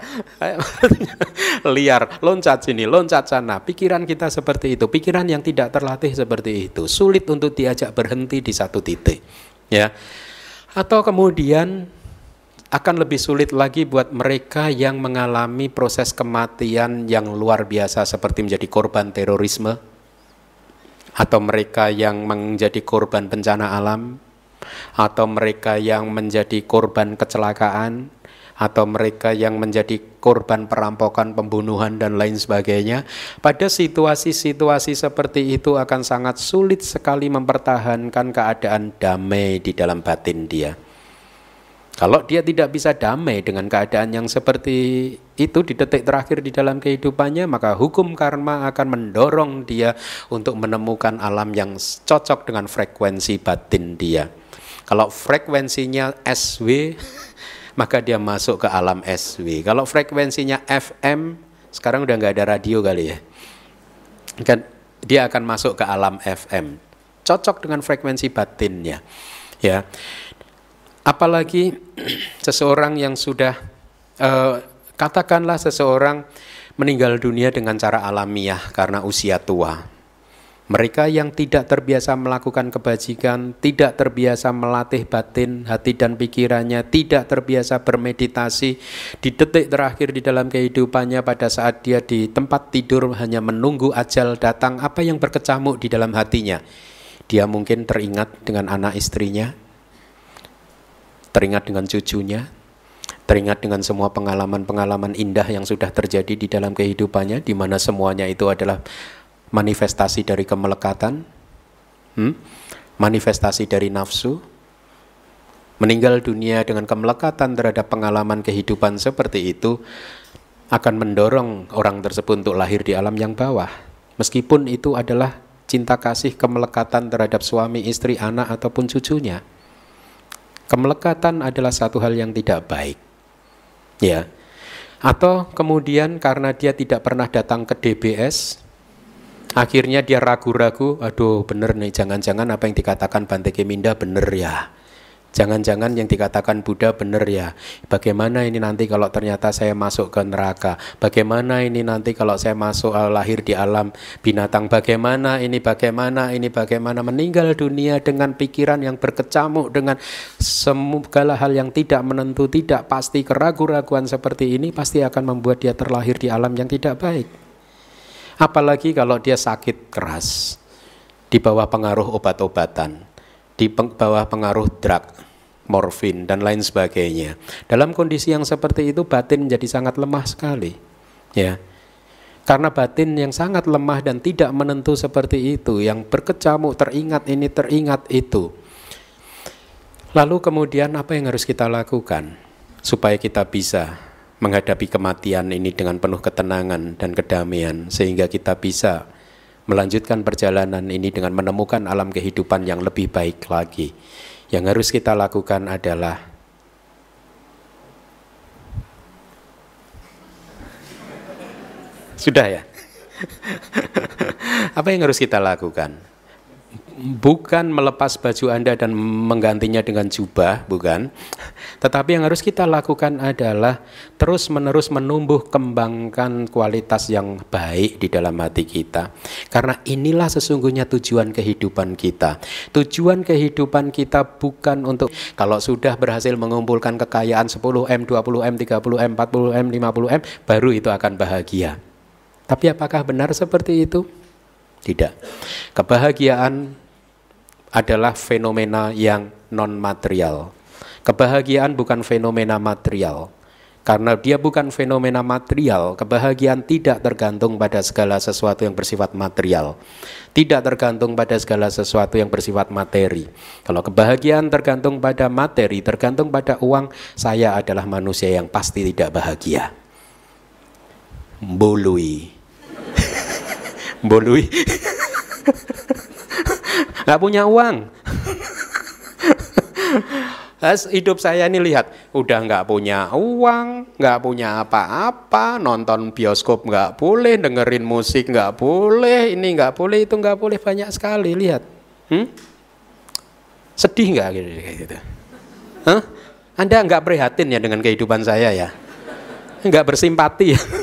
[SPEAKER 1] liar, loncat sini, loncat sana. Pikiran kita seperti itu, pikiran yang tidak terlatih seperti itu, sulit untuk diajak berhenti di satu titik. Ya, atau kemudian akan lebih sulit lagi buat mereka yang mengalami proses kematian yang luar biasa seperti menjadi korban terorisme, atau mereka yang menjadi korban bencana alam, atau mereka yang menjadi korban kecelakaan, atau mereka yang menjadi korban perampokan, pembunuhan, dan lain sebagainya. Pada situasi-situasi seperti itu akan sangat sulit sekali mempertahankan keadaan damai di dalam batin dia. Kalau dia tidak bisa damai dengan keadaan yang seperti itu di detik terakhir di dalam kehidupannya, maka hukum karma akan mendorong dia untuk menemukan alam yang cocok dengan frekuensi batin dia. Kalau frekuensinya SW, maka dia masuk ke alam SW. Kalau frekuensinya FM, sekarang udah nggak ada radio kali ya, kan dia akan masuk ke alam FM, cocok dengan frekuensi batinnya, ya. Apalagi seseorang yang sudah katakanlah seseorang meninggal dunia dengan cara alamiah karena usia tua. Mereka yang tidak terbiasa melakukan kebajikan, tidak terbiasa melatih batin, hati dan pikirannya, tidak terbiasa bermeditasi, di detik terakhir di dalam kehidupannya pada saat dia di tempat tidur hanya menunggu ajal datang, apa yang berkecamuk di dalam hatinya? Dia mungkin teringat dengan anak istrinya, teringat dengan cucunya, teringat dengan semua pengalaman-pengalaman indah yang sudah terjadi di dalam kehidupannya, di mana semuanya itu adalah manifestasi dari kemelekatan, manifestasi dari nafsu. Meninggal dunia dengan kemelekatan terhadap pengalaman kehidupan seperti itu akan mendorong orang tersebut untuk lahir di alam yang bawah. Meskipun itu adalah cinta kasih kemelekatan terhadap suami, istri, anak, ataupun cucunya. Kemelekatan adalah satu hal yang tidak baik. Ya. Atau kemudian karena dia tidak pernah datang ke DBS, akhirnya dia ragu-ragu, aduh bener nih, jangan-jangan apa yang dikatakan Bante Keminda bener ya, jangan-jangan yang dikatakan Buddha bener ya, bagaimana ini nanti kalau ternyata saya masuk ke neraka, bagaimana ini nanti kalau saya masuk lahir di alam binatang, bagaimana, meninggal dunia dengan pikiran yang berkecamuk, dengan segala hal yang tidak menentu, tidak pasti, keraguan-raguan seperti ini pasti akan membuat dia terlahir di alam yang tidak baik. Apalagi kalau dia sakit keras, di bawah pengaruh obat-obatan, di bawah pengaruh drug, morfin, dan lain sebagainya. Dalam kondisi yang seperti itu, batin menjadi sangat lemah sekali. Ya, karena batin yang sangat lemah dan tidak menentu seperti itu, yang berkecamuk, teringat ini, teringat itu. Lalu kemudian apa yang harus kita lakukan supaya kita bisa menghadapi kematian ini dengan penuh ketenangan dan kedamaian, sehingga kita bisa melanjutkan perjalanan ini dengan menemukan alam kehidupan yang lebih baik lagi? Yang harus kita lakukan adalah sudah ya. Apa yang harus kita lakukan? Bukan melepas baju Anda dan menggantinya dengan jubah, bukan. Tetapi yang harus kita lakukan adalah terus-menerus menumbuh kembangkan kualitas yang baik di dalam hati kita. Karena inilah sesungguhnya tujuan kehidupan kita. Tujuan kehidupan kita bukan untuk, kalau sudah berhasil mengumpulkan kekayaan 10M, 20M, 30M, 40M, 50M, baru itu akan bahagia. Tapi apakah benar seperti itu? Tidak. Kebahagiaan adalah fenomena yang non-material. Kebahagiaan bukan fenomena material. Karena dia bukan fenomena material, kebahagiaan tidak tergantung pada segala sesuatu yang bersifat material. Tidak tergantung pada segala sesuatu yang bersifat materi. Kalau kebahagiaan tergantung pada materi, tergantung pada uang, saya adalah manusia yang pasti tidak bahagia. Bolui. Bolui. Nggak punya uang. Hidup saya ini lihat, udah nggak punya uang, nggak punya apa-apa, nonton bioskop nggak boleh, dengerin musik nggak boleh, ini nggak boleh, itu nggak boleh, banyak sekali, lihat. Sedih nggak gitu? Anda nggak prihatin ya dengan kehidupan saya ya? Nggak bersimpati ya?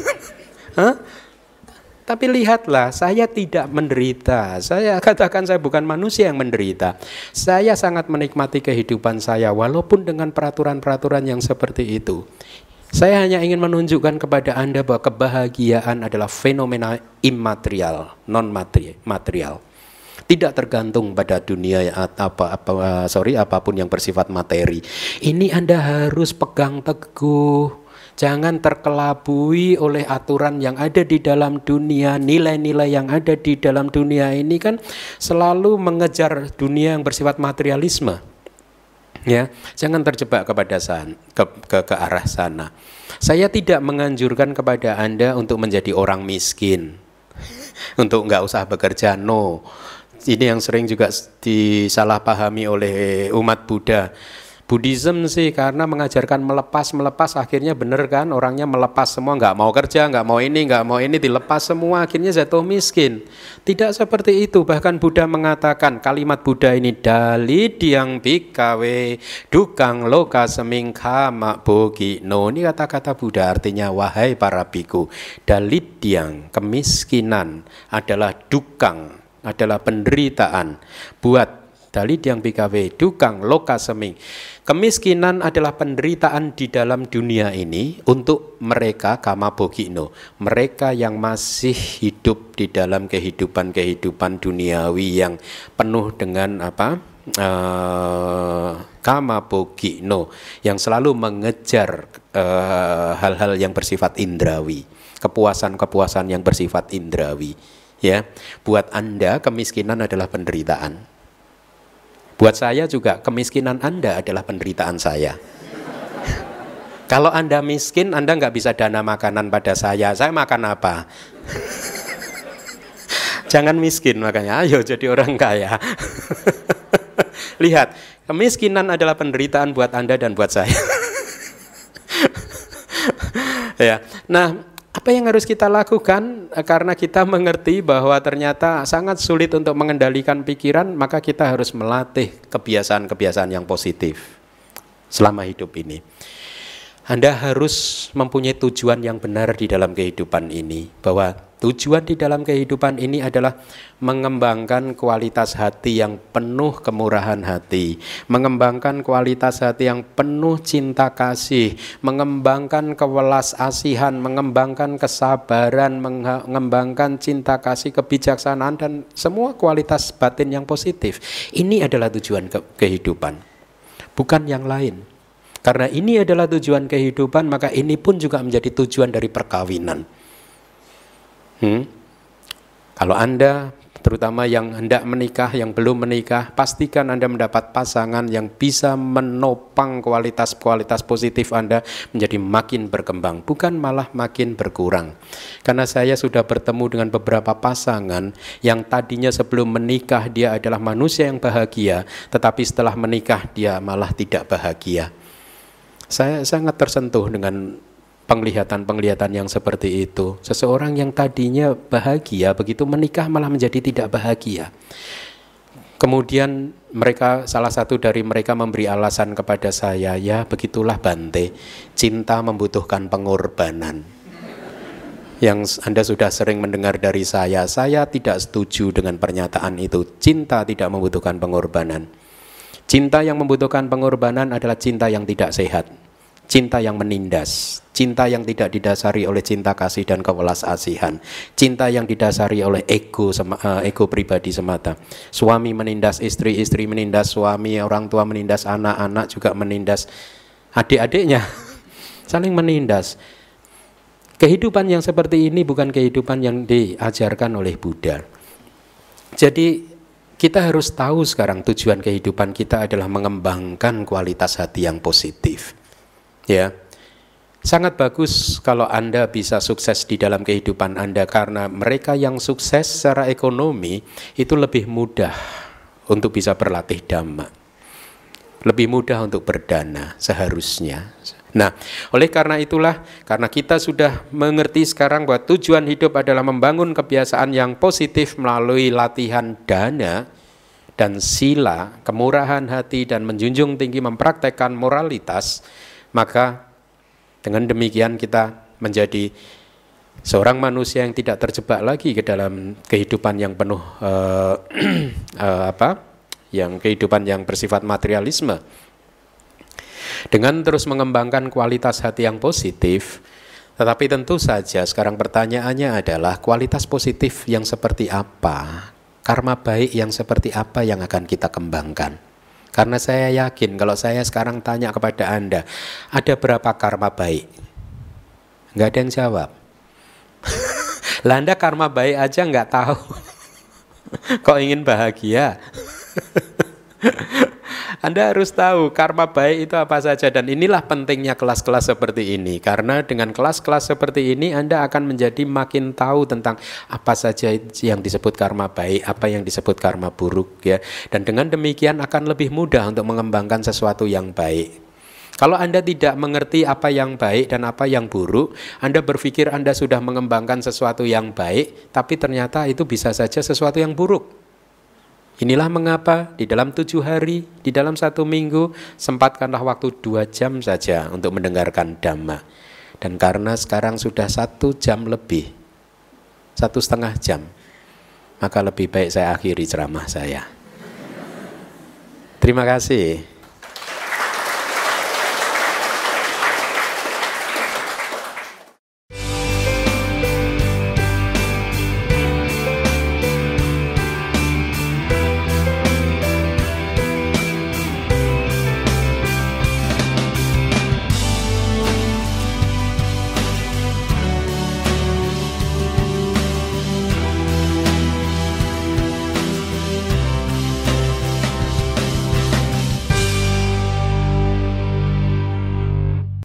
[SPEAKER 1] Tapi lihatlah, saya tidak menderita. Saya katakan saya bukan manusia yang menderita. Saya sangat menikmati kehidupan saya walaupun dengan peraturan-peraturan yang seperti itu. Saya hanya ingin menunjukkan kepada Anda bahwa kebahagiaan adalah fenomena immaterial, non-material. Tidak tergantung pada dunia apapun yang bersifat materi. Ini Anda harus pegang teguh. Jangan terkelabui oleh aturan yang ada di dalam dunia. Nilai-nilai yang ada di dalam dunia ini kan selalu mengejar dunia yang bersifat materialisme. Ya, jangan terjebak kepada ke arah sana. Saya tidak menganjurkan kepada Anda untuk menjadi orang miskin, untuk nggak usah bekerja. No, ini yang sering juga disalahpahami oleh umat Buddha. Buddhism sih karena mengajarkan melepas akhirnya bener kan, orangnya melepas semua, nggak mau kerja, nggak mau ini, dilepas semua, akhirnya jatuh miskin. Tidak seperti itu, bahkan Buddha mengatakan kalimat Buddha ini, Dali diang bikawe dukang loka semingka mak bogi no. Ini kata-kata Buddha artinya wahai para biku, Dali diang, kemiskinan adalah dukang, adalah penderitaan buat Dali diang bikawe dukang loka seming. Kemiskinan adalah penderitaan di dalam dunia ini untuk mereka kama bogino, mereka yang masih hidup di dalam kehidupan duniawi yang penuh dengan kama bogino, yang selalu mengejar hal-hal yang bersifat indrawi, kepuasan-kepuasan yang bersifat indrawi. Ya, buat Anda kemiskinan adalah penderitaan. Buat saya juga kemiskinan Anda adalah penderitaan saya. Kalau Anda miskin, Anda nggak bisa dana makanan pada saya makan apa? Jangan miskin makanya, ayo jadi orang kaya. Lihat, kemiskinan adalah penderitaan buat Anda dan buat saya. Ya, nah, apa yang harus kita lakukan? Karena kita mengerti bahwa ternyata sangat sulit untuk mengendalikan pikiran, maka kita harus melatih kebiasaan-kebiasaan yang positif selama hidup ini. Anda harus mempunyai tujuan yang benar di dalam kehidupan ini, bahwa tujuan di dalam kehidupan ini adalah mengembangkan kualitas hati yang penuh kemurahan hati, mengembangkan kualitas hati yang penuh cinta kasih, mengembangkan kewelas asihan, mengembangkan kesabaran, mengembangkan cinta kasih, kebijaksanaan, dan semua kualitas batin yang positif. Ini adalah tujuan kehidupan, bukan yang lain. Karena ini adalah tujuan kehidupan, maka ini pun juga menjadi tujuan dari perkawinan. Kalau Anda, terutama yang hendak menikah, yang belum menikah, pastikan Anda mendapat pasangan yang bisa menopang kualitas-kualitas positif Anda menjadi makin berkembang, bukan malah makin berkurang. Karena saya sudah bertemu dengan beberapa pasangan yang tadinya sebelum menikah dia adalah manusia yang bahagia, tetapi setelah menikah dia malah tidak bahagia. Saya sangat tersentuh dengan penglihatan-penglihatan yang seperti itu. Seseorang yang tadinya bahagia, begitu menikah malah menjadi tidak bahagia. Kemudian salah satu dari mereka memberi alasan kepada saya, ya begitulah Bante, cinta membutuhkan pengorbanan. Yang Anda sudah sering mendengar dari saya tidak setuju dengan pernyataan itu. Cinta tidak membutuhkan pengorbanan. Cinta yang membutuhkan pengorbanan adalah cinta yang tidak sehat, cinta yang menindas, cinta yang tidak didasari oleh cinta kasih dan kewelas asihan, cinta yang didasari oleh ego pribadi semata. Suami menindas istri, istri menindas suami, orang tua menindas anak, anak juga menindas adik-adiknya. saling menindas. Kehidupan yang seperti ini bukan kehidupan yang diajarkan oleh Buddha. Jadi kita harus tahu sekarang tujuan kehidupan kita adalah mengembangkan kualitas hati yang positif. Ya. Sangat bagus kalau Anda bisa sukses di dalam kehidupan Anda, karena mereka yang sukses secara ekonomi itu lebih mudah untuk bisa berlatih Dhamma. Lebih mudah untuk berdana seharusnya. Nah, oleh karena itulah, karena kita sudah mengerti sekarang bahwa tujuan hidup adalah membangun kebiasaan yang positif melalui latihan dana dan sila, kemurahan hati, dan menjunjung tinggi mempraktekkan moralitas, maka dengan demikian kita menjadi seorang manusia yang tidak terjebak lagi ke dalam kehidupan yang penuh kehidupan yang bersifat materialisme. Dengan terus mengembangkan kualitas hati yang positif, tetapi tentu saja sekarang pertanyaannya adalah kualitas positif yang seperti apa, karma baik yang seperti apa yang akan kita kembangkan. Karena saya yakin kalau saya sekarang tanya kepada Anda, ada berapa karma baik? Nggak ada yang jawab. Lah Anda karma baik aja nggak tahu. Kok ingin bahagia? Anda harus tahu karma baik itu apa saja, dan inilah pentingnya kelas-kelas seperti ini. Karena dengan kelas-kelas seperti ini Anda akan menjadi makin tahu tentang apa saja yang disebut karma baik, apa yang disebut karma buruk, ya. Dan dengan demikian akan lebih mudah untuk mengembangkan sesuatu yang baik. Kalau Anda tidak mengerti apa yang baik dan apa yang buruk, Anda berpikir Anda sudah mengembangkan sesuatu yang baik, tapi ternyata itu bisa saja sesuatu yang buruk. Inilah mengapa di dalam 7 hari, di dalam 1 minggu, sempatkanlah waktu 2 jam saja untuk mendengarkan Dhamma. Dan karena sekarang sudah 1 jam lebih, 1,5 jam, maka lebih baik saya akhiri ceramah saya. Terima kasih.